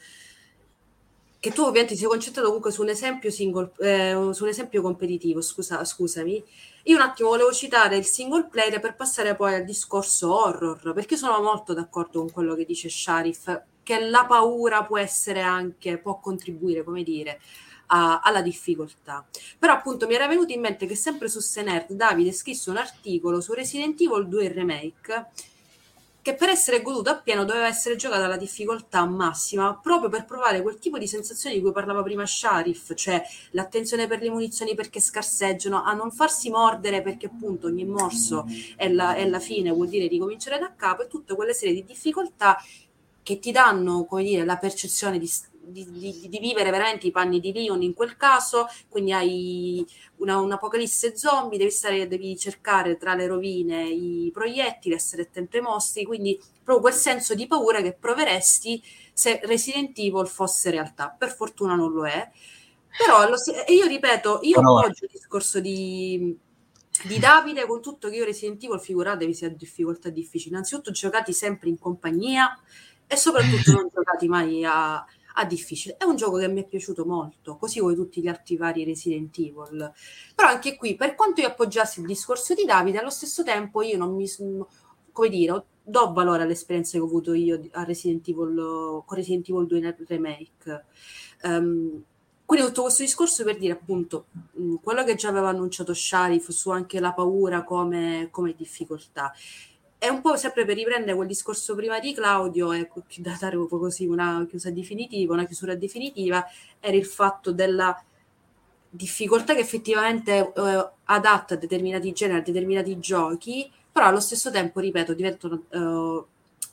che tu ovviamente sei concentrato comunque su un esempio single, eh, su un esempio competitivo, scusa, scusami. Io un attimo volevo citare il single player per passare poi al discorso horror, perché sono molto d'accordo con quello che dice Sharif, che la paura può essere anche, può contribuire, come dire, a, alla difficoltà. Però appunto mi era venuto in mente che sempre su Senerd Davide scrisse un articolo su Resident Evil due Remake, che per essere goduto appieno doveva essere giocata alla difficoltà massima, proprio per provare quel tipo di sensazione di cui parlava prima Sharif, cioè l'attenzione per le munizioni perché scarseggiano, a non farsi mordere perché appunto ogni morso è la, è la fine, vuol dire ricominciare da capo, e tutte quelle serie di difficoltà che ti danno, come dire, la percezione di, di, di, di vivere veramente i panni di Leon in quel caso. Quindi hai una, un'apocalisse zombie, devi stare, devi cercare tra le rovine i proiettili, essere attento ai mostri, quindi proprio quel senso di paura che proveresti se Resident Evil fosse realtà. Per fortuna non lo è, però lo, e io ripeto, io Però, appoggio il discorso di di Davide, con tutto che io Resident Evil, figuratevi se ha difficoltà difficili, innanzitutto giocati sempre in compagnia e soprattutto non giocati mai a, a difficile. È un gioco che mi è piaciuto molto, così come tutti gli altri vari Resident Evil. Però anche qui, per quanto io appoggiassi il discorso di Davide, allo stesso tempo io non mi, come dire, do valore all'esperienza che ho avuto io a Resident Evil, con Resident Evil due Remake. Um, quindi tutto questo discorso per dire appunto mh, quello che già aveva annunciato Sharif su anche la paura come, come difficoltà. È un po' sempre per riprendere quel discorso prima di Claudio e da dare un po' così una chiusa definitiva, una chiusura definitiva, era il fatto della difficoltà che effettivamente eh, adatta a determinati generi, a determinati giochi, però allo stesso tempo, ripeto, diventano eh,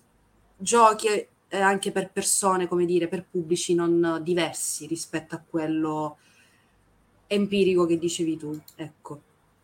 giochi eh, anche per persone, come dire, per pubblici non diversi rispetto a quello empirico che dicevi tu, ecco.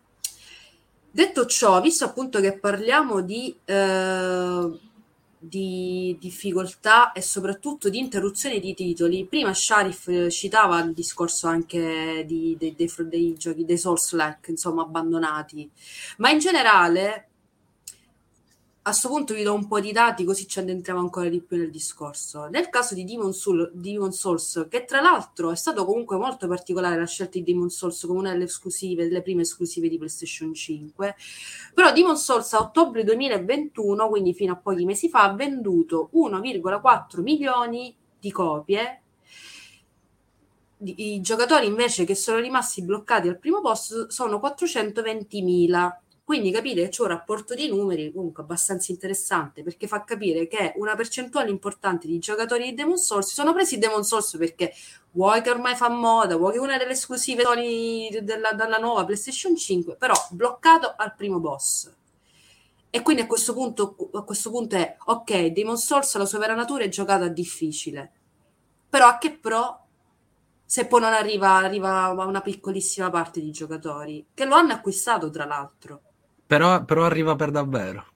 Detto ciò, visto appunto che parliamo di, eh, di difficoltà e soprattutto di interruzione di titoli, prima Sharif citava il discorso anche di, dei, dei, dei giochi, dei Souls-like, insomma, abbandonati, ma in generale A sto punto vi do un po' di dati così ci addentriamo ancora di più nel discorso. Nel caso di Demon, Soul, Demon Souls, che tra l'altro è stato comunque molto particolare la scelta di Demon Souls come una delle esclusive, delle prime esclusive di PlayStation cinque, però Demon Souls a ottobre duemilaventuno, quindi fino a pochi mesi fa, ha venduto uno virgola quattro milioni di copie. I giocatori invece che sono rimasti bloccati al primo posto sono quattrocentoventimila. Quindi capite che c'è un rapporto di numeri comunque abbastanza interessante, perché fa capire che una percentuale importante di giocatori di Demon Souls si sono presi Demon Souls perché vuoi che ormai fa moda, vuoi che una delle esclusive della, dalla nuova PlayStation cinque, però bloccato al primo boss. E quindi a questo punto, a questo punto è ok, Demon Souls la sua vera natura è giocata a difficile, però a che pro se poi non arriva, arriva a una piccolissima parte di giocatori che lo hanno acquistato tra l'altro. Però, però arriva per davvero.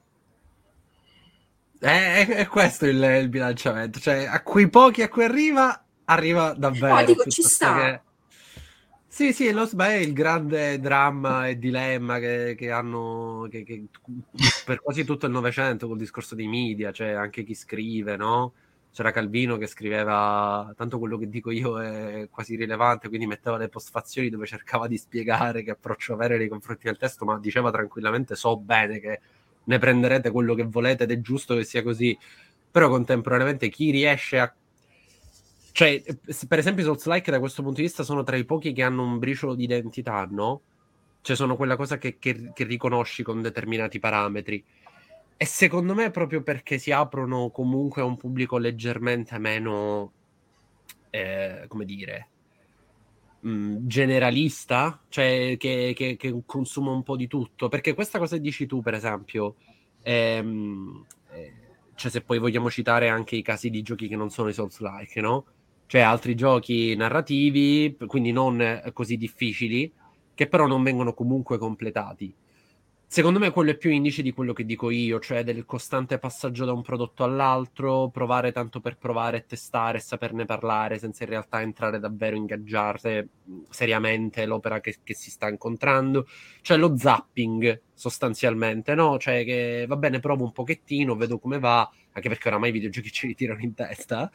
È, è, è questo il, il bilanciamento. Cioè, a quei pochi a cui arriva, arriva davvero. No, dico, ci sta. Che... Sì, sì, lo beh, è il grande dramma e dilemma che, che hanno che, che, per quasi tutto il Novecento col discorso dei media, cioè anche chi scrive, no? C'era Calvino che scriveva tanto quello che dico io è quasi irrilevante, quindi metteva le postfazioni dove cercava di spiegare che approccio avere nei confronti del testo, ma diceva tranquillamente so bene che ne prenderete quello che volete ed è giusto che sia così, però contemporaneamente chi riesce a... Cioè, per esempio i Souls-like da questo punto di vista sono tra i pochi che hanno un briciolo di identità, no? Cioè sono quella cosa che, che, che riconosci con determinati parametri. E secondo me proprio perché si aprono comunque a un pubblico leggermente meno, eh, come dire, mh, generalista, cioè che, che, che consuma un po' di tutto. Perché questa cosa che dici tu, per esempio, ehm, eh, cioè se poi vogliamo citare anche i casi di giochi che non sono i Souls-like, no? Cioè altri giochi narrativi, quindi non così difficili, che però non vengono comunque completati. Secondo me quello è più indice di quello che dico io, cioè del costante passaggio da un prodotto all'altro, provare tanto per provare, testare, saperne parlare, senza in realtà entrare davvero, ingaggiare seriamente l'opera che, che si sta incontrando. Cioè lo zapping, sostanzialmente, no? Cioè che va bene, provo un pochettino, vedo come va, anche perché oramai i videogiochi ce li tirano in testa.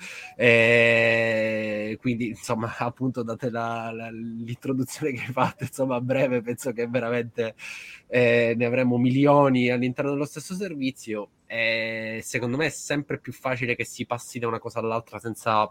E quindi, insomma, appunto, date la, la, l'introduzione che hai fatto, insomma, a breve, penso che veramente... Eh, ne avremo milioni all'interno dello stesso servizio e secondo me è sempre più facile che si passi da una cosa all'altra senza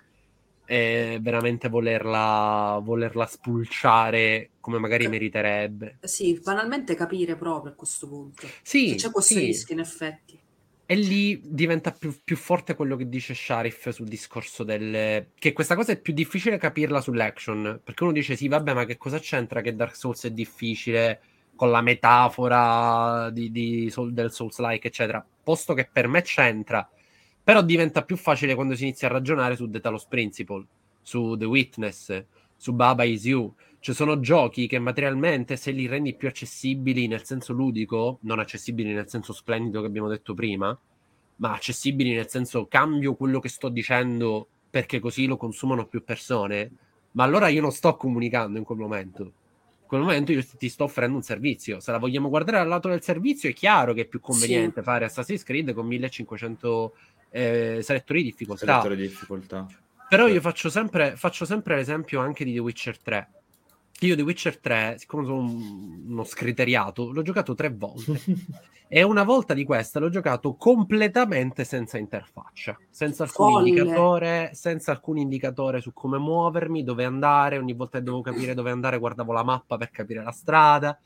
eh, veramente volerla, volerla spulciare come magari meriterebbe. Sì, banalmente capire proprio a questo punto. Sì, che c'è questo sì. rischio in effetti. E lì diventa più, più forte quello che dice Sharif sul discorso del... che questa cosa è più difficile capirla sull'action, perché uno dice sì vabbè ma che cosa c'entra che Dark Souls è difficile con la metafora di, di Soul, del Souls-like, eccetera, posto che per me c'entra, però diventa più facile quando si inizia a ragionare su The Talos Principle, su The Witness, su Baba Is You. Cioè sono giochi che materialmente, se li rendi più accessibili nel senso ludico, non accessibili nel senso splendido che abbiamo detto prima, ma accessibili nel senso cambio quello che sto dicendo perché così lo consumano più persone, ma allora io non sto comunicando in quel momento. In quel momento io ti sto offrendo un servizio. Se la vogliamo guardare dal lato del servizio, è chiaro che è più conveniente sì. fare Assassin's Creed con millecinquecento eh, selettori di difficoltà. Selettori di difficoltà. Però io faccio sempre, faccio sempre l'esempio anche di The Witcher tre. Io The Witcher tre, siccome sono uno scriteriato, l'ho giocato tre volte. E una volta di questa l'ho giocato completamente senza interfaccia, senza alcun Folle. indicatore, senza alcun indicatore su come muovermi, dove andare. Ogni volta che dovevo capire dove andare guardavo la mappa per capire la strada.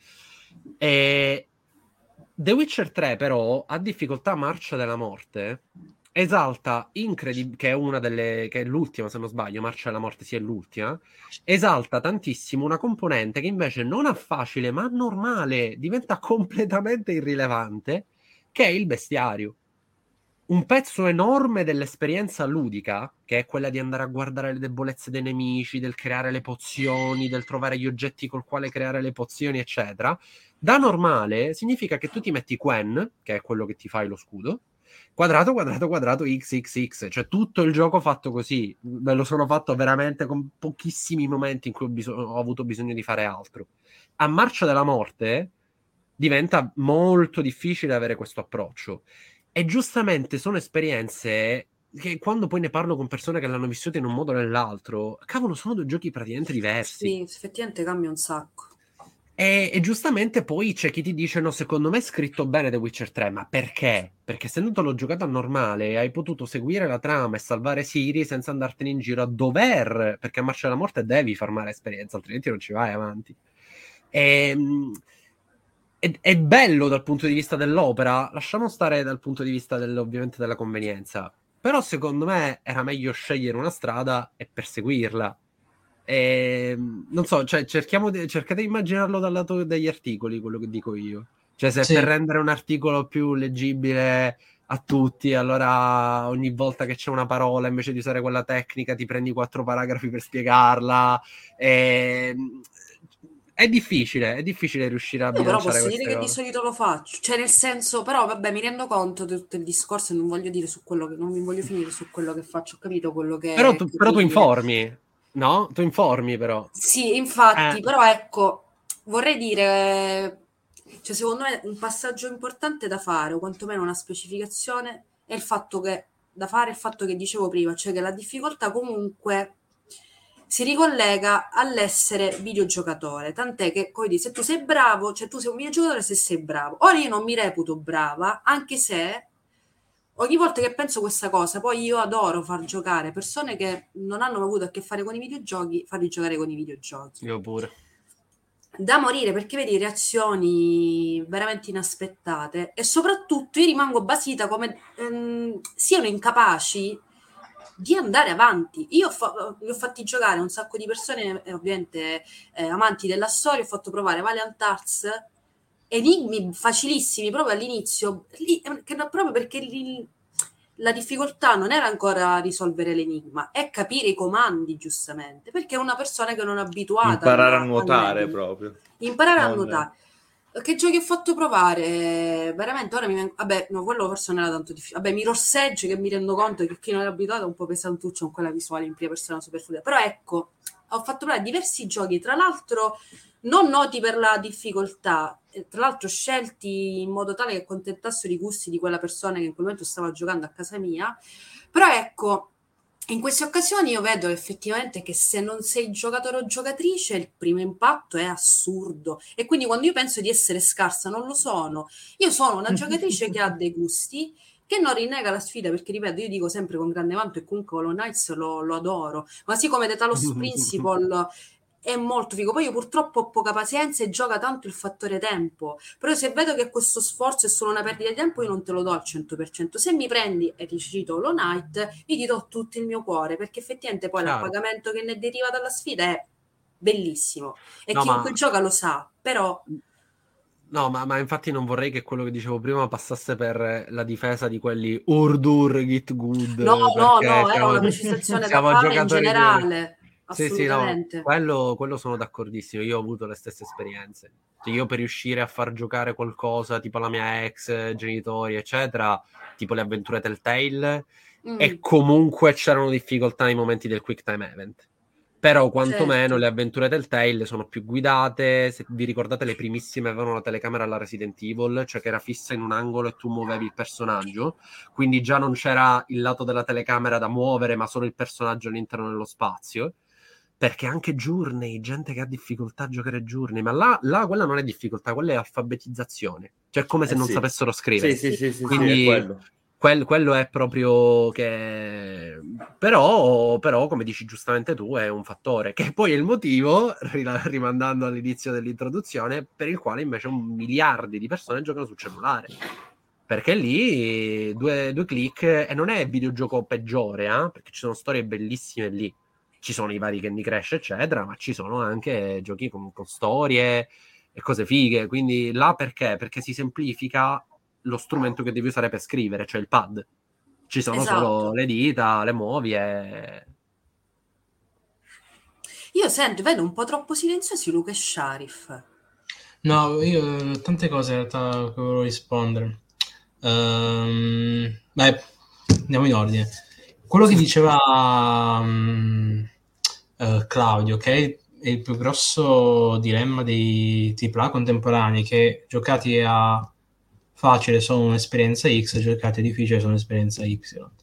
E The Witcher tre però ha difficoltà Marcia della Morte, esalta incredib- che è una delle che è l'ultima se non sbaglio, Marcia della Morte sì è l'ultima, esalta tantissimo una componente che invece non ha facile ma normale, diventa completamente irrilevante, che è il bestiario. Un pezzo enorme dell'esperienza ludica, che è quella di andare a guardare le debolezze dei nemici, del creare le pozioni, del trovare gli oggetti col quale creare le pozioni, eccetera, da normale significa che tu ti metti Quen, che è quello che ti fai lo scudo, quadrato, quadrato, quadrato, x, x, x, cioè tutto il gioco fatto così. Me lo sono fatto veramente con pochissimi momenti in cui ho, bis- ho avuto bisogno di fare altro. A Marcia della Morte diventa molto difficile avere questo approccio. E giustamente sono esperienze che quando poi ne parlo con persone che l'hanno vissuto in un modo o nell'altro, cavolo, sono due giochi praticamente diversi. Sì, effettivamente cambia un sacco. E, e giustamente poi c'è chi ti dice no, secondo me è scritto bene The Witcher tre, ma perché? Perché se non te l'ho giocato a normale hai potuto seguire la trama e salvare Ciri senza andartene in giro a dover, perché a Marcia della Morte devi farmare esperienza, altrimenti non ci vai avanti. E, è, è bello dal punto di vista dell'opera, lasciamo stare dal punto di vista del, ovviamente della convenienza, però secondo me era meglio scegliere una strada e perseguirla. E, non so, cioè cerchiamo di, cercate di immaginarlo dal lato degli articoli, quello che dico io. Cioè se Sì. per rendere un articolo più leggibile a tutti, allora ogni volta che c'è una parola, invece di usare quella tecnica, ti prendi quattro paragrafi per spiegarla. E... È difficile, è difficile riuscire a Io però bilanciare posso queste dire che di cose. solito lo faccio, cioè nel senso, però vabbè, mi rendo conto di tutto il discorso e non voglio dire su quello che non mi voglio finire su quello che faccio, ho capito quello che Però tu, che però tu vuoi dire. informi, no? Tu informi però. Sì, infatti, Eh. però ecco, vorrei dire, cioè secondo me un passaggio importante da fare, o quantomeno una specificazione, è il fatto che, da fare il fatto che dicevo prima, cioè che la difficoltà comunque si ricollega all'essere videogiocatore, tant'è che poi se tu sei bravo, cioè tu sei un videogiocatore se sei bravo. Ora io non mi reputo brava, anche se ogni volta che penso questa cosa, poi io adoro far giocare persone che non hanno avuto a che fare con i videogiochi, farli giocare con i videogiochi. Io pure. Da morire, perché vedi reazioni veramente inaspettate e soprattutto io rimango basita come ehm, siano incapaci di andare avanti. Io ho, fa- li ho fatti giocare un sacco di persone, eh, ovviamente eh, amanti della storia, ho fatto provare Valiant Arts, enigmi facilissimi proprio all'inizio, lì, eh, che no, proprio perché lì, la difficoltà non era ancora risolvere l'enigma, è capire i comandi giustamente, perché è una persona che non è abituata Imparare alla- a nuotare al- proprio. imparare a Non- nuotare. Che giochi ho fatto provare? Veramente ora mi ven- vabbè, no, quello forse non era tanto difficile. Vabbè, Mirror's Edge, che mi rendo conto che chi non è abituato è un po' pesantuccio con quella visuale in prima persona super fluida. Però ecco, ho fatto provare diversi giochi, tra l'altro non noti per la difficoltà, e tra l'altro scelti in modo tale che accontentassero i gusti di quella persona che in quel momento stava giocando a casa mia. Però ecco, in queste occasioni io vedo effettivamente che se non sei giocatore o giocatrice il primo impatto è assurdo, e quindi quando io penso di essere scarsa non lo sono. Io sono una giocatrice che ha dei gusti, che non rinnega la sfida, perché ripeto, io dico sempre con grande vanto e comunque Hollow Knights lo, lo adoro, ma sì, come The Talos Principle è molto figo. Poi io purtroppo ho poca pazienza e gioca tanto il fattore tempo, però se vedo che questo sforzo è solo una perdita di tempo io non te lo do al cento per cento. Se mi prendi e ti cito Hollow Knight, io ti do tutto il mio cuore, perché effettivamente poi Chiaro. l'appagamento che ne deriva dalla sfida è bellissimo e No, chiunque ma- gioca lo sa, però No, ma, ma infatti non vorrei che quello che dicevo prima passasse per la difesa di quelli Urdur Git Good, no, no, perché no, era siamo, una precisazione da siamo fare in giocatori di... generale, Sì, sì, no, assolutamente. quello, quello sono d'accordissimo, io ho avuto le stesse esperienze. Cioè, io per riuscire a far giocare qualcosa, tipo la mia ex, genitori, eccetera, tipo le avventure Telltale, Mm, e comunque c'erano difficoltà nei momenti del Quick Time Event. Però quantomeno certo. le avventure Telltale sono più guidate. Se vi ricordate, le primissime avevano la telecamera alla Resident Evil, cioè che era fissa in un angolo e tu muovevi il personaggio, quindi già non c'era il lato della telecamera da muovere, ma solo il personaggio all'interno dello spazio. Perché anche Journey, gente che ha difficoltà a giocare Journey, ma là, là quella non è difficoltà, quella è alfabetizzazione, cioè è come se Eh non sì. sapessero scrivere. Sì, sì, sì, sì, Quindi sì, è quello. quel- quello è proprio che... Però, però, come dici giustamente tu, è un fattore, che poi è il motivo, rila- rimandando all'inizio dell'introduzione, per il quale invece un miliardi di persone giocano sul cellulare. Perché lì due, due click, e non è il videogioco peggiore, eh? Perché ci sono storie bellissime lì. Ci sono i vari Candy Crush, eccetera, ma ci sono anche giochi con, con storie e cose fighe. Quindi là perché? Perché si semplifica lo strumento che devi usare per scrivere, cioè il pad. Ci sono Esatto. solo le dita, le muovi e... Io sento, vedo un po' troppo silenziosi Luca e Sharif. No, io ho tante cose in realtà che volevo rispondere. Ehm, beh, andiamo in ordine. Quello che diceva um, eh, Claudio, ok? è il più grosso dilemma dei tripla A contemporanei, che giocati a facile sono un'esperienza X, giocati a difficile sono un'esperienza Y.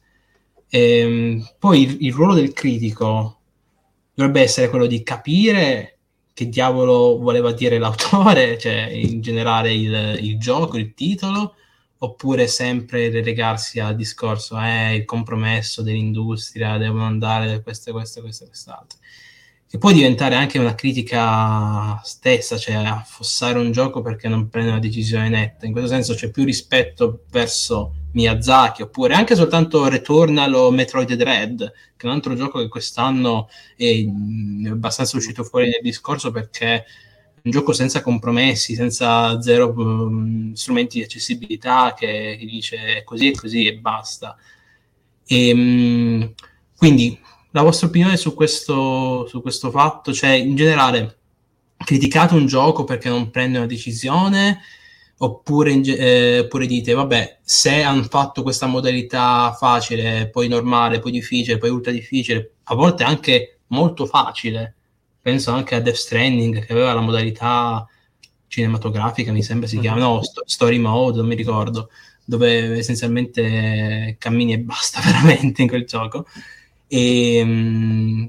E, poi il, il ruolo del critico dovrebbe essere quello di capire che diavolo voleva dire l'autore, cioè in generale il, il gioco, il titolo, oppure sempre relegarsi al discorso eh, il compromesso dell'industria, devono andare questo, questo, questo, quest'altro. Che può diventare anche una critica stessa, cioè affossare un gioco perché non prende una decisione netta. In questo senso c'è più rispetto verso Miyazaki, oppure anche soltanto Returnal o Metroid Dread, che è un altro gioco che quest'anno è, è abbastanza uscito fuori nel discorso, perché è un gioco senza compromessi, senza zero um, strumenti di accessibilità, che, che dice così e così e basta. E, um, quindi la vostra opinione su questo, su questo fatto, cioè in generale criticate un gioco perché non prende una decisione, oppure, eh, oppure dite vabbè, se hanno fatto questa modalità facile, poi normale, poi difficile, poi ultra difficile, a volte anche molto facile, penso anche a Death Stranding che aveva la modalità cinematografica, mi sembra si chiama, no, sto- story mode, non mi ricordo, dove essenzialmente cammini e basta veramente in quel gioco, e mh,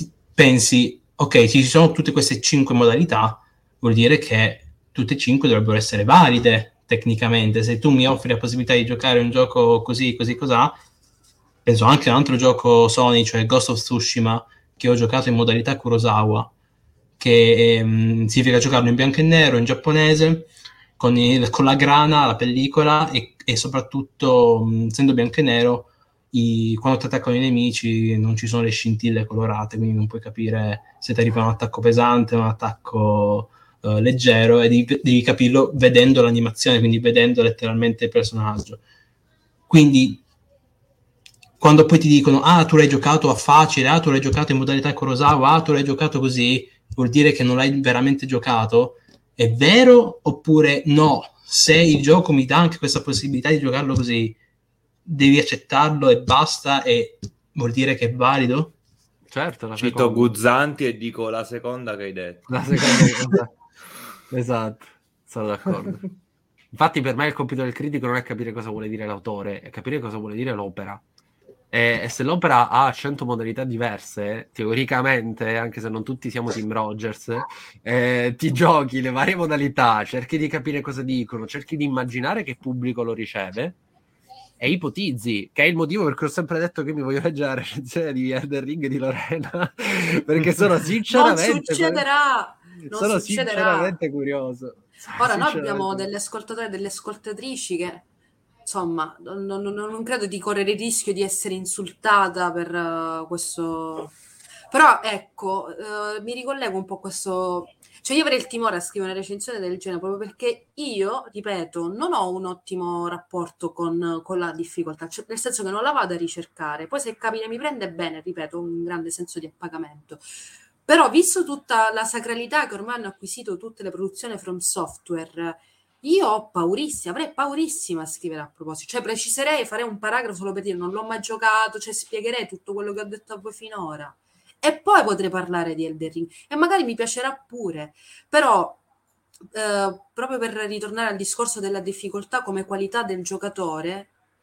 pensi ok, ci sono tutte queste cinque modalità, vuol dire che tutte e cinque dovrebbero essere valide tecnicamente. Se tu mi offri la possibilità di giocare un gioco così, così, cos'ha, penso anche a un altro gioco Sony, cioè Ghost of Tsushima, che ho giocato in modalità Kurosawa, che ehm, significa giocarlo in bianco e nero, in giapponese, con, il, con la grana, la pellicola, e, e soprattutto, mh, essendo bianco e nero, i, quando ti attaccano i nemici non ci sono le scintille colorate, quindi non puoi capire se ti arriva un attacco pesante o un attacco uh, leggero, e devi, devi capirlo vedendo l'animazione, quindi vedendo letteralmente il personaggio. Quindi quando poi ti dicono ah tu l'hai giocato a facile, ah tu l'hai giocato in modalità Kurosawa, ah tu l'hai giocato così, vuol dire che non l'hai veramente giocato? È vero oppure no? Se il gioco mi dà anche questa possibilità di giocarlo così, devi accettarlo e basta, e vuol dire che è valido? Certo, la Cito seconda. Guzzanti e dico la seconda che hai detto. La seconda esatto, sono d'accordo. Infatti per me il compito del critico non è capire cosa vuole dire l'autore, è capire cosa vuole dire l'opera. E, e se l'opera ha cento modalità diverse, teoricamente, anche se non tutti siamo Team Rogers, eh, ti giochi le varie modalità, cerchi di capire cosa dicono, cerchi di immaginare che pubblico lo riceve e ipotizzi, che è il motivo per cui ho sempre detto che mi voglio leggere la recensione di Elden Ring di Lorena, perché sono sinceramente non succederà, non sono succederà. sinceramente curioso. Ora noi abbiamo delle ascoltatori e delle ascoltatrici che insomma non, non, non credo di correre il rischio di essere insultata per uh, questo, però ecco, uh, mi ricollego un po' a questo, cioè io avrei il timore a scrivere una recensione del genere proprio perché io, ripeto, non ho un ottimo rapporto con, con la difficoltà, cioè, nel senso che non la vado a ricercare, poi se capita mi prende bene, ripeto, ho un grande senso di appagamento. Però visto tutta la sacralità che ormai hanno acquisito tutte le produzioni From Software, io ho paurissima, avrei paurissima a scrivere a proposito, cioè preciserei, farei un paragrafo solo per dire non l'ho mai giocato, cioè spiegherei tutto quello che ho detto a voi finora e poi potrei parlare di Elden Ring e magari mi piacerà pure, però eh, proprio per ritornare al discorso della difficoltà come qualità del giocatore,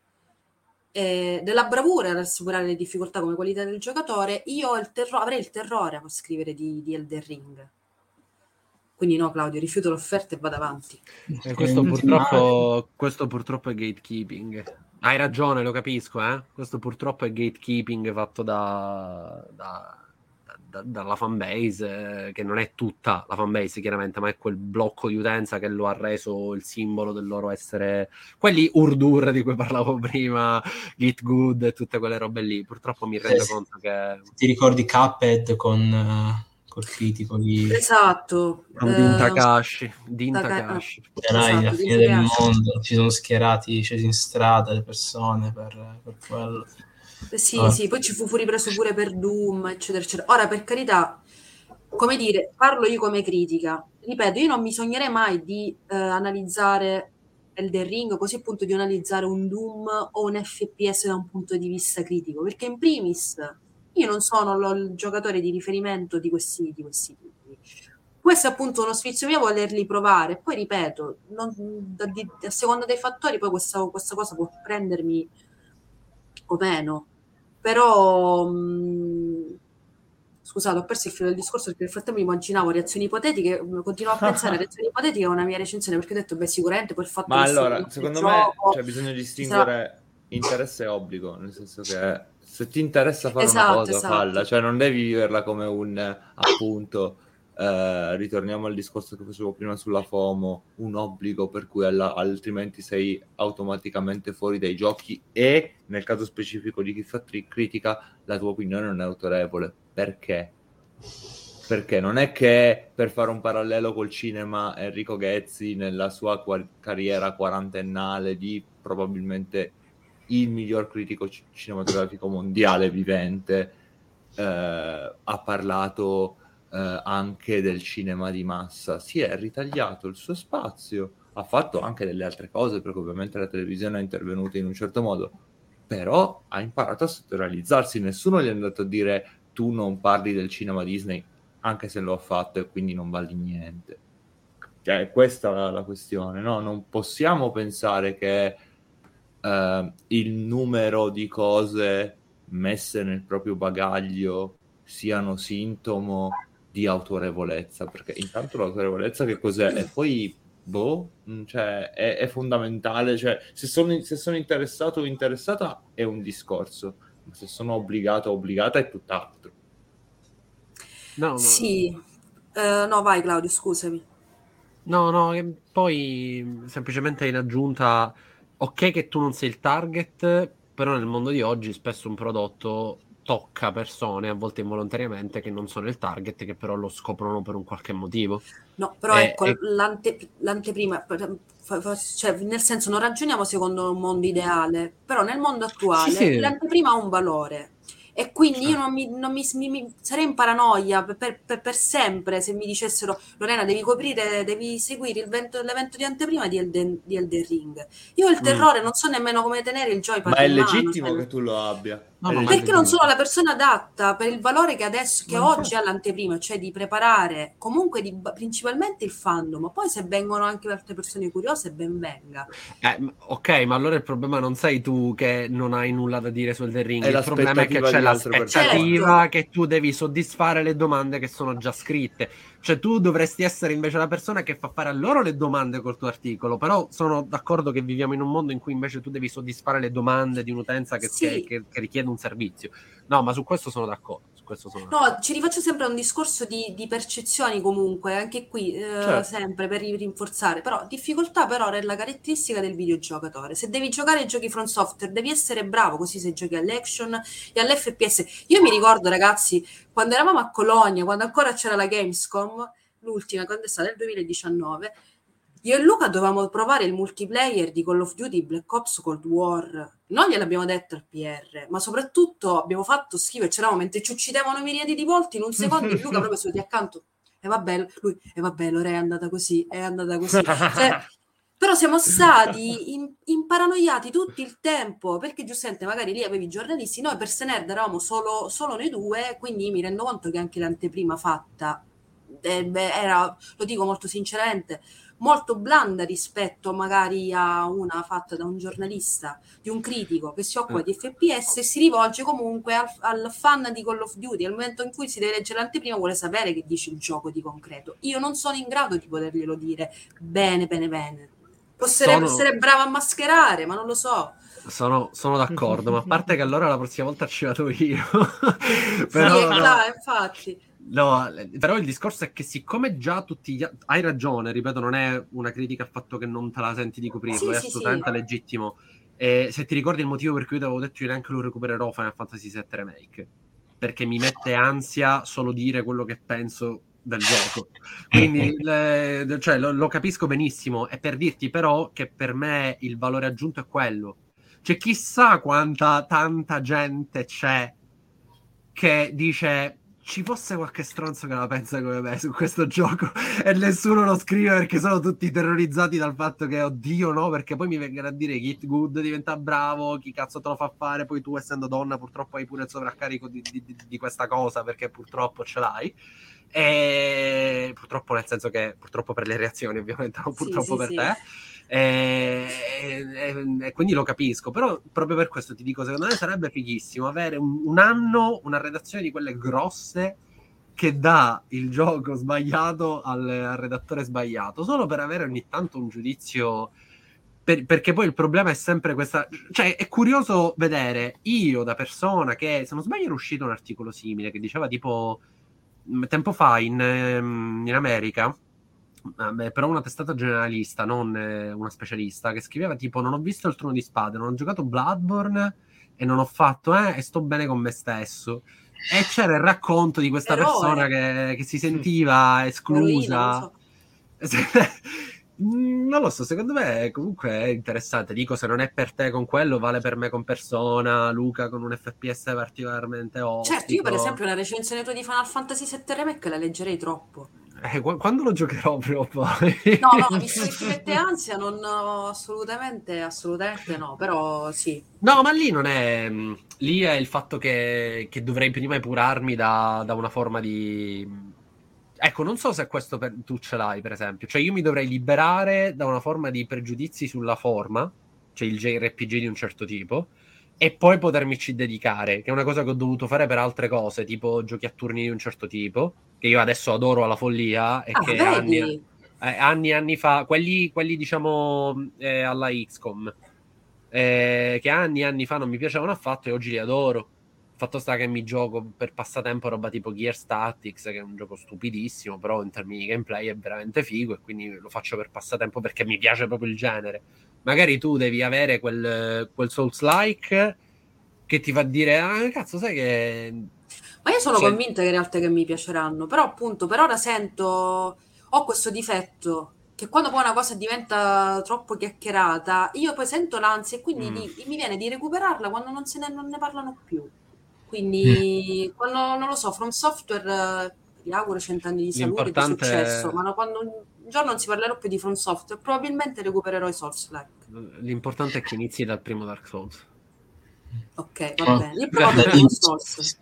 eh, della bravura nel superare le difficoltà come qualità del giocatore, io ho il terro- avrei il terrore a scrivere di, di Elden Ring. Quindi no, Claudio, rifiuto l'offerta e vado avanti. E questo purtroppo, questo purtroppo è gatekeeping. Hai ragione, lo capisco, eh? Questo purtroppo è gatekeeping fatto da, da, da, dalla fanbase, eh, che non è tutta la fanbase chiaramente, ma è quel blocco di utenza che lo ha reso il simbolo del loro essere quelli Urdur di cui parlavo prima, Git Good e tutte quelle robe lì. Purtroppo mi rendo eh, conto che... Ti ricordi Cuphead con... Uh... col critico di esatto Din Takashi, Din Takashi. Era esatto, la fine del mondo, ci sono schierati, scesi in strada le persone per, per quello. Sì, ah. sì, poi ci fu, fu ripreso pure per Doom, eccetera, eccetera. Ora, per carità, come dire, parlo io come critica. Ripeto, io non mi sognerei mai di eh, analizzare Elden Ring, così appunto di analizzare un Doom o un F P S da un punto di vista critico, perché in primis io non sono lo, il giocatore di riferimento di questi, di questi titoli. Questo è appunto uno sfizio mio volerli provare. Poi ripeto, non, da, di, a seconda dei fattori poi questa, questa cosa può prendermi o meno. Però mh, scusate, ho perso il filo del discorso perché nel frattempo immaginavo reazioni ipotetiche, continuavo a pensare a reazioni ipotetiche a una mia recensione, perché ho detto, beh, sicuramente quel fatto Ma che allora, sia secondo gioco, me cioè, bisogna distinguere sarà... interesse e obbligo, nel senso che se ti interessa fare esatto, una cosa, esatto. falla, cioè non devi viverla come un, appunto, eh, ritorniamo al discorso che facevo prima sulla FOMO, un obbligo per cui alla, altrimenti sei automaticamente fuori dai giochi e, nel caso specifico di chi fa tri- critica, la tua opinione non è autorevole. Perché? Perché non è che, per fare un parallelo col cinema, Enrico Ghezzi nella sua qua- carriera quarantennale di probabilmente il miglior critico c- cinematografico mondiale vivente, eh, ha parlato eh, anche del cinema di massa, si è ritagliato il suo spazio, ha fatto anche delle altre cose perché ovviamente la televisione è intervenuta in un certo modo, però ha imparato a settorializzarsi, nessuno gli è andato a dire tu non parli del cinema Disney, anche se lo ha fatto e quindi non vali niente. Cioè, questa è la, la questione, no? Non possiamo pensare che uh, il numero di cose messe nel proprio bagaglio siano sintomo di autorevolezza, perché intanto l'autorevolezza che cos'è? E poi, boh, cioè, è, è fondamentale, cioè, se sono, se sono interessato o interessata è un discorso, ma se sono obbligato o obbligata è tutt'altro. No, no. Sì, uh, no, vai Claudio, scusami. No, no, e poi semplicemente in aggiunta, ok che tu non sei il target, però nel mondo di oggi spesso un prodotto tocca persone, a volte involontariamente, che non sono il target, che però lo scoprono per un qualche motivo. No, però e, ecco, e... l'ante, l'anteprima, cioè nel senso non ragioniamo secondo un mondo ideale, però nel mondo attuale sì, sì. l'anteprima ha un valore. E quindi io non mi, non mi, mi, mi sarei in paranoia per, per, per sempre se mi dicessero Lorena devi coprire, devi seguire il vento, l'evento di anteprima di Elden, di Elden Ring. Io ho il terrore, mm. non so nemmeno come tenere il joypad Ma è in mano, legittimo cioè, che tu lo abbia. No, no, perché non sono la persona adatta per il valore che adesso che ma oggi ha l'anteprima, cioè di preparare comunque di, principalmente il fandom, ma poi se vengono anche altre persone curiose ben venga. Eh, ok, ma allora il problema non sei tu che non hai nulla da dire sul The Ring, è il problema è che c'è l'aspettativa certo. che tu devi soddisfare le domande che sono già scritte, cioè tu dovresti essere invece la persona che fa fare a loro le domande col tuo articolo, però sono d'accordo che viviamo in un mondo in cui invece tu devi soddisfare le domande di un'utenza che, sì. che, che, che richiede un servizio. No, ma su questo sono d'accordo. Su questo sono d'accordo. No, ci rifaccio sempre a un discorso di, di percezioni comunque, anche qui, eh, certo. sempre per rinforzare, però difficoltà però è la caratteristica del videogiocatore. Se devi giocare giochi From Software devi essere bravo, così se giochi all'action e all'F P S. Io mi ricordo ragazzi, quando eravamo a Colonia, quando ancora c'era la Gamescom, l'ultima, quando è stata nel duemiladiciannove, io e Luca dovevamo provare il multiplayer di Call of Duty Black Ops Cold War. Noi gliel'abbiamo detto al P R, ma soprattutto abbiamo fatto schifo e c'eravamo mentre ci uccidevano miliardi di volte in un secondo e Luca proprio seduti accanto. E vabbè, lui, e vabbè, Lore è andata così, è andata così. Cioè, però siamo stati in, imparanoiati tutto il tempo, perché giustamente magari lì avevi i giornalisti, noi per Senerd eravamo solo, solo noi due, quindi mi rendo conto che anche l'anteprima fatta eh, beh, era, lo dico molto sinceramente, molto blanda rispetto magari a una fatta da un giornalista, di un critico che si occupa di F P S e si rivolge comunque al, al fan di Call of Duty. Al momento in cui si deve leggere l'anteprima vuole sapere che dice il gioco di concreto. Io non sono in grado di poterglielo dire bene bene bene. Posso sono... essere brava a mascherare, ma non lo so. Sono, sono d'accordo, ma a parte che allora la prossima volta ci vado io. Però, sì, no, là, infatti. No, però il discorso è che siccome già tutti gli... hai ragione, ripeto, non è una critica al fatto che non te la senti di coprirlo, sì, è sì, assolutamente sì. legittimo. E se ti ricordi il motivo per cui io ti avevo detto io neanche lo recupererò Final Fantasy sette Remake, perché mi mette ansia solo dire quello che penso del gioco, quindi le... cioè, lo, lo capisco benissimo. E per dirti però che per me il valore aggiunto è quello, cioè chissà quanta tanta gente c'è che dice ci fosse qualche stronzo che la pensa come me su questo gioco e nessuno lo scrive perché sono tutti terrorizzati dal fatto che oddio no, perché poi mi vengono a dire che Hit Good diventa bravo, chi cazzo te lo fa fare, poi tu essendo donna purtroppo hai pure il sovraccarico di, di, di questa cosa perché purtroppo ce l'hai, e purtroppo nel senso che purtroppo per le reazioni ovviamente, non purtroppo sì, per sì, te sì. E, e, e quindi lo capisco, però proprio per questo ti dico, secondo me sarebbe fighissimo avere un, un anno una redazione di quelle grosse che dà il gioco sbagliato al, al redattore sbagliato, solo per avere ogni tanto un giudizio, per, perché poi il problema è sempre questa, cioè è curioso vedere, io da persona che, se non sbaglio era uscito un articolo simile che diceva tipo tempo fa in, in America, però una testata generalista, non eh, una specialista, che scriveva tipo non ho visto il Trono di Spade, non ho giocato Bloodborne e non ho fatto eh, e sto bene con me stesso, e c'era il racconto di questa Eroe. persona che, che si sentiva esclusa. Eroina, non lo so, secondo me comunque è interessante. Dico, se non è per te con quello, vale per me con Persona, Luca con un F P S particolarmente ostico. Certo, io per esempio una recensione tua di Final Fantasy sette Remake la leggerei troppo. Eh, quando lo giocherò prima o poi? No, no, visto che ti mette ansia, non assolutamente, assolutamente no, però sì. No, ma lì non è... Lì è il fatto che, che dovrei prima epurarmi da, da una forma di... Ecco, non so se questo per, tu ce l'hai, per esempio. Cioè io mi dovrei liberare da una forma di pregiudizi sulla forma, cioè il J R P G di un certo tipo, e poi potermici dedicare, che è una cosa che ho dovuto fare per altre cose, tipo giochi a turni di un certo tipo, che io adesso adoro alla follia, e ah, che vedi? anni, eh, anni e anni fa, quelli, quelli diciamo eh, alla X COM, eh, che anni e anni fa non mi piacevano affatto e oggi li adoro. Fatto sta che mi gioco per passatempo roba tipo Gears Tactics, che è un gioco stupidissimo, però in termini di gameplay è veramente figo, e quindi lo faccio per passatempo perché mi piace proprio il genere. Magari tu devi avere quel, quel Souls-like che ti fa dire ah cazzo sai che... Ma io sono cioè... convinta che in realtà che mi piaceranno, però appunto per ora sento, ho questo difetto, che quando poi una cosa diventa troppo chiacchierata, io poi sento l'ansia e quindi mm. di, mi viene di recuperarla quando non, se ne, non ne parlano più. Quindi mm. quando, non lo so, From Software, vi auguro cent'anni di salute e di successo, ma no, quando un giorno non si parlerà più di From Software, probabilmente recupererò i Souls-like. L'importante è che inizi dal primo Dark Souls. Ok, va oh. bene. Io provo Demon Souls.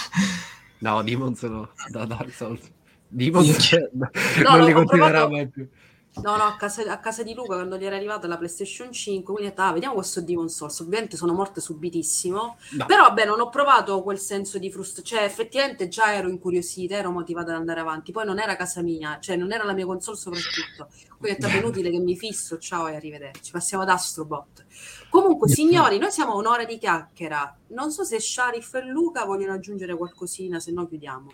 No, Demons no, da Dark Souls. Demons no, non no, li continuerà provato... mai più. No, no, a casa, a casa di Luca quando gli era arrivata la PlayStation cinque, quindi ho detto, ah, vediamo questo Demon Souls. Ovviamente sono morte subitissimo, no. Però vabbè, non ho provato quel senso di frustrazione, cioè effettivamente già ero incuriosita, ero motivata ad andare avanti, poi non era casa mia, cioè non era la mia console soprattutto, quindi ho detto, è inutile che mi fisso, ciao e arrivederci, passiamo ad Astrobot. Comunque, signori, noi siamo a un'ora di chiacchiera, non so se Sharif e Luca vogliono aggiungere qualcosina, se no chiudiamo.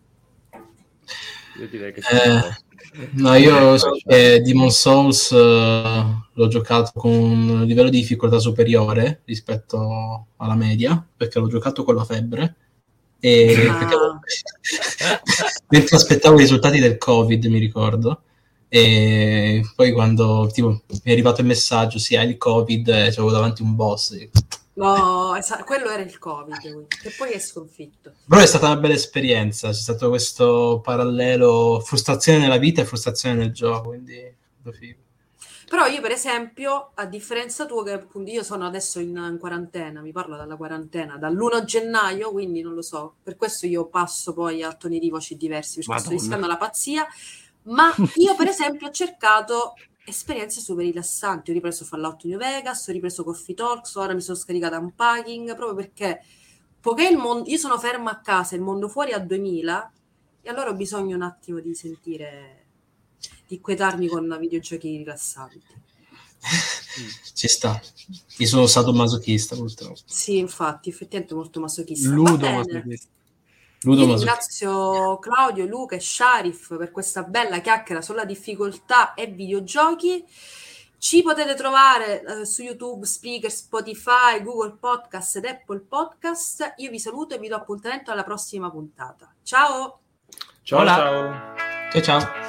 Io direi che eh, no, io so che Demon Souls uh, l'ho giocato con un livello di difficoltà superiore rispetto alla media, perché l'ho giocato con la febbre e ah. perché mentre aspettavo i risultati del Covid, mi ricordo, e poi quando tipo, mi è arrivato il messaggio sì, hai il Covid, e c'avevo davanti un boss e... No, esa- quello era il Covid, quindi, che poi è sconfitto. Però è stata una bella esperienza, c'è stato questo parallelo, frustrazione nella vita e frustrazione nel gioco, quindi figo. Però io per esempio, a differenza tua, che appunto io sono adesso in, in quarantena, mi parlo dalla quarantena, dall'primo gennaio, quindi non lo so, per questo io passo poi a toni di voci diversi, perché Madonna. Sto rischiando la pazzia, ma io per esempio ho cercato... esperienze super rilassanti, ho ripreso Fallout New Vegas, ho ripreso Coffee Talks, ora mi sono scaricata Unpacking, proprio perché poiché il mondo, io sono ferma a casa, il mondo fuori a duemila, e allora ho bisogno un attimo di sentire, di quietarmi con videogiochi rilassanti. Ci sta, io sono stato masochista purtroppo. Sì, infatti, effettivamente molto masochista. Ludo masochista. Io ringrazio Claudio, Luca e Sharif per questa bella chiacchiera sulla difficoltà e videogiochi. Ci potete trovare eh, su YouTube, Spreaker, Spotify, Google Podcast ed Apple Podcast. Io vi saluto e vi do appuntamento alla prossima puntata. Ciao! Ciao, ciao! Ciao, ciao!